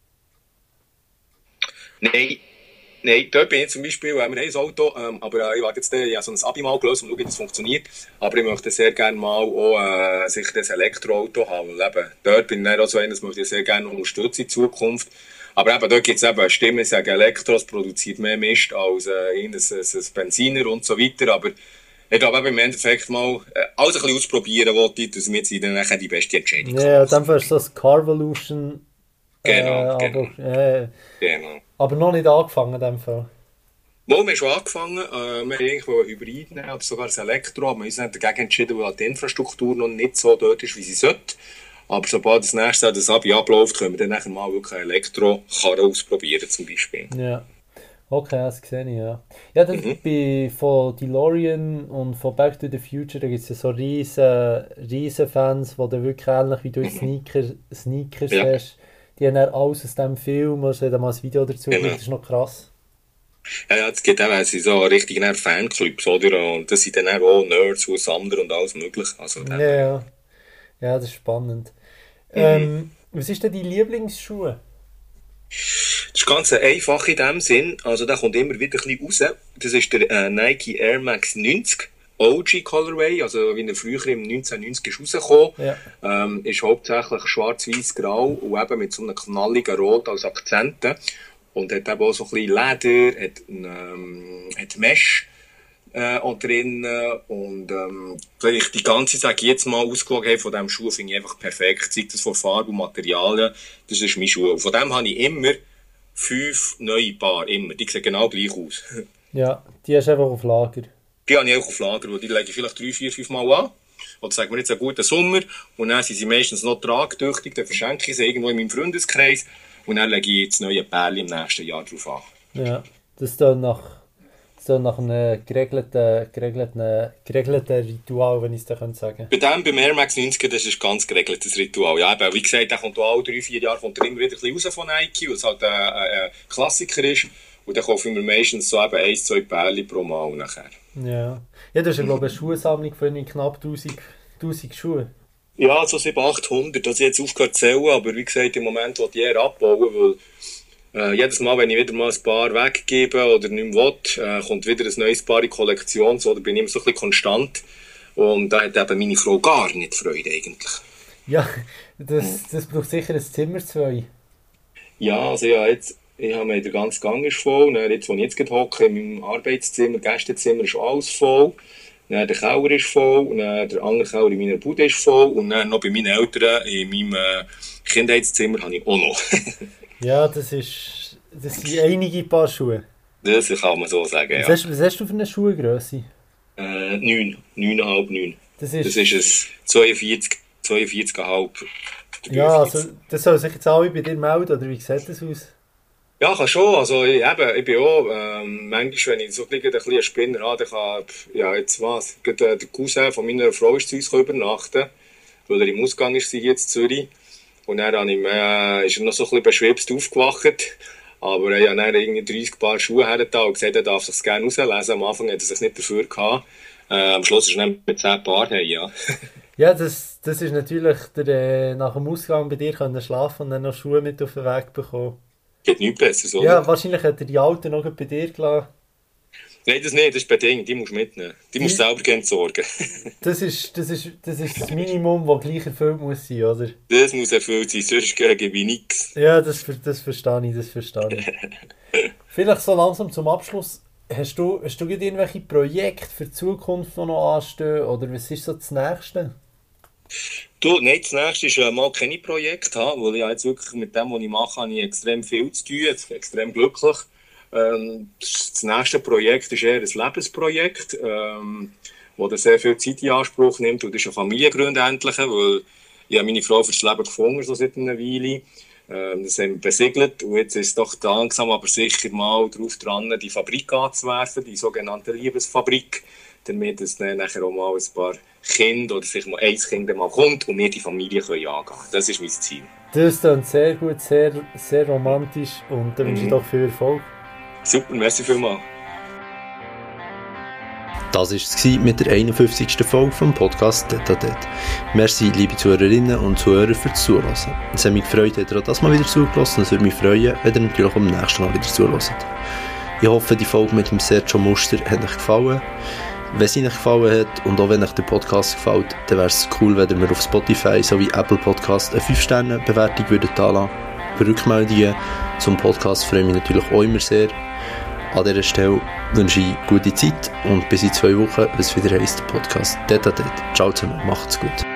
Nein. Nein, dort bin ich zum Beispiel, wir haben ein Auto, ähm, aber äh, ich warte jetzt, ich habe so ein Abi mal gelöst und schaue, wie das funktioniert. Aber ich möchte sehr gerne mal auch äh, sicher das Elektroauto haben, weil eben, dort bin ich dann auch so einer, das möchte ich sehr gerne unterstützen in Zukunft. Aber eben, dort gibt es eben Stimmen, die sagen, Elektro, es produziert mehr Mist als äh, ein, ein, ein Benziner und so weiter, aber ich glaube eben im Endeffekt mal äh, alles ein bisschen ausprobieren wollte, dass wir jetzt dann nachher die beste Entscheidung haben. Ja, dann ist das Carvolution. Genau, äh, genau. Aber, äh, genau. Aber noch nicht angefangen in dem Fall. Wo, wir haben schon angefangen. Äh, wir haben eigentlich einen Hybrid nehmen, oder sogar ein Elektro. Aber wir haben uns dagegen entschieden, weil die Infrastruktur noch nicht so dort ist, wie sie sollte. Aber sobald das nächste Jahr das Abi abläuft, können wir dann nachher mal wirklich eine Elektrokarre ausprobieren, zum Beispiel. Ja. Okay, das sehe ich, ja. Ja, das mhm. bei, von DeLorean und von Back to the Future, da gibt es ja so riesen, riesen Fans, die dann wirklich ähnlich wie du Sneaker, Sneakers ja. hast. Die haben dann alles aus diesem Film, also da mal ein Video dazu, genau. Das ist noch krass. Ja, ja, es gibt auch so richtig Fanclubs, oder? Und das sind dann auch Nerds und Sammler und alles mögliche. Also, ja, ja. Ja, das ist spannend. Mhm. Ähm, was ist denn dein Lieblingsschuh? Das ist ganz einfach in dem Sinn. Also der kommt immer wieder ein bisschen raus. Das ist der äh, Nike Air Max neunzig. O G Colorway, also wie er früher im neunzehnhundertneunzig ist rausgekommen, ja. ähm, ist hauptsächlich schwarz-weiß-grau und eben mit so einem knalligen Rot als Akzente. Und hat eben auch so ein bisschen Leder, hat, ähm, hat Mesh äh, drin und ähm, vielleicht die ganze, sage ich jetzt mal, Ausgewogenheit von diesem Schuh finde ich einfach perfekt. Sei das von Farbe und Materialien, das ist mein Schuh. Und von dem habe ich immer fünf neue Paar, immer. Die sehen genau gleich aus. Ja, die hast du einfach auf Lager. Die habe ich auch auf Lager, die lege ich vielleicht drei, vier, fünf Mal an. Oder sagen wir jetzt einen guten Sommer. Und dann sind sie meistens noch tragtüchtig, dann verschenke ich sie irgendwo in meinem Freundeskreis. Und dann lege ich das neue Pärchen im nächsten Jahr drauf an. Ja, das ist dann nach, so nach einem geregelten, geregelten, geregelten Ritual, wenn ich es da sagen könnte. Bei dem, beim Air Max neunzig, das ist ein ganz geregeltes Ritual. Ja, eben, wie gesagt, der kommt alle drei, vier Jahre kommt er immer wieder ein bisschen raus von Nike, weil es halt ein, ein Klassiker ist. Und dann kaufen wir meistens so eben ein, zwei Pärchen pro Mal nachher. Ja, ja, das ist ja, glaube ich, eine Schuhsammlung von knapp tausend, tausend Schuhe. Ja, so siebhundert, achthundert. Das habe ich jetzt aufgehört zu zählen, aber wie gesagt, im Moment will ich eher abbauen, weil äh, jedes Mal, wenn ich wieder mal ein Paar weggebe oder nicht mehr will, äh, kommt wieder ein neues Paar in die Kollektion, so, da bin ich immer so ein bisschen konstant. Und da hat eben meine Frau gar nicht Freude eigentlich. Ja, das, das braucht sicher ein Zimmer zwei. Ja, also ja, jetzt... Ich habe der ganze Gang ist voll. Dann, jetzt, wo ich jetzt gerade hocke, in meinem Arbeitszimmer, Gästezimmer, ist alles voll. Dann, der Keller ist voll. Dann, der andere Keller in meiner Bude ist voll. Und dann noch bei meinen Eltern in meinem äh, Kindheitszimmer habe ich auch noch. Ja, das ist... Das sind einige Paar Schuhe. Das kann man so sagen, Was, ja. hast, was hast du für eine Schuhgrösse? Äh, neun. neun Komma fünf, neun. Das ist... Das ist ein zweiundvierzig, zweiundvierzig Komma fünf. Ja, also das soll sich jetzt alle bei dir melden, oder wie sieht das aus? Ja, kann schon. Also, ich, eben, ich bin auch, ähm, manchmal, wenn ich so ein bisschen einen Spinner habe, dann kann, ja, jetzt was, gerade, äh, der Cousin von meiner Frau ist zu uns übernachten, weil er im Ausgang ist hier in Zürich. Und dann habe ich, äh, ist er noch so ein bisschen beschwipst aufgewacht. Aber er hat dann irgendwie dreißig Paar Schuhe hergetan und gesagt, er darf sich gerne rauslesen. Am Anfang hat er sich nicht dafür gehabt. Äh, am Schluss ist er dann mit zehn Paar hey, ja. Ja, das, das ist natürlich der, äh, nach dem Ausgang bei dir können schlafen und dann noch Schuhe mit auf den Weg bekommen. Geht nichts Besseres, oder? Ja, wahrscheinlich hat er die alten noch bei dir gelassen. Nein, das nicht, das ist bedingt, die musst du mitnehmen. Die musst du selber gerne sorgen. Das ist das, ist, das ist das Minimum, das gleich erfüllt muss sein, oder? Das muss erfüllt sein, sonst gebe ich nichts. Ja, das, das verstehe ich, das verstehe ich. Vielleicht so langsam zum Abschluss. Hast du, hast du irgendwelche Projekte für die Zukunft, die noch anstehen? Oder was ist so das Nächste? Du, nein, das nächste ist äh, mal keine Projekte haben, weil ich jetzt wirklich mit dem, was ich mache, habe ich extrem viel zu tun, jetzt bin ich extrem glücklich. Ähm, das nächste Projekt ist eher ein Lebensprojekt, ähm, das sehr viel Zeit in Anspruch nimmt, und das ist ein Familiengründendliche, weil ich habe meine Frau fürs Leben gefunden, so seit einer Weile. Ähm, das haben wir besiegelt und jetzt ist es doch langsam aber sicher mal darauf dran, die Fabrik anzuwerfen, die sogenannte Liebesfabrik, damit es dann nachher auch mal ein paar Kinder oder sich mal ein Kind mal kommt und wir die Familie können angehen können. Das ist mein Ziel. Das klingt sehr gut, sehr, sehr romantisch und da wünsche ich doch viel Erfolg. Super, merci vielmals. Das war es mit der einundfünfzigsten Folge vom Podcast Tete a Tete. Merci, liebe Zuhörerinnen und Zuhörer, fürs Zuhören. Es hat mich gefreut, dass ihr auch das mal wieder zugelassen habt. Es würde mich freuen, wenn ihr natürlich am nächsten Mal wieder zuhört. Ich hoffe, die Folge mit dem Sergio Muster hat euch gefallen. Wenn es euch gefallen hat und auch wenn euch der Podcast gefällt, dann wäre es cool, wenn ihr mir auf Spotify sowie Apple Podcast eine fünf Sterne Bewertung würdet anlassen. Für Rückmeldungen zum Podcast freue ich mich natürlich auch immer sehr. An dieser Stelle wünsche ich gute Zeit und bis in zwei Wochen, wenn es wieder heisst, Podcast Tete a Tete. Ciao zusammen, macht's gut.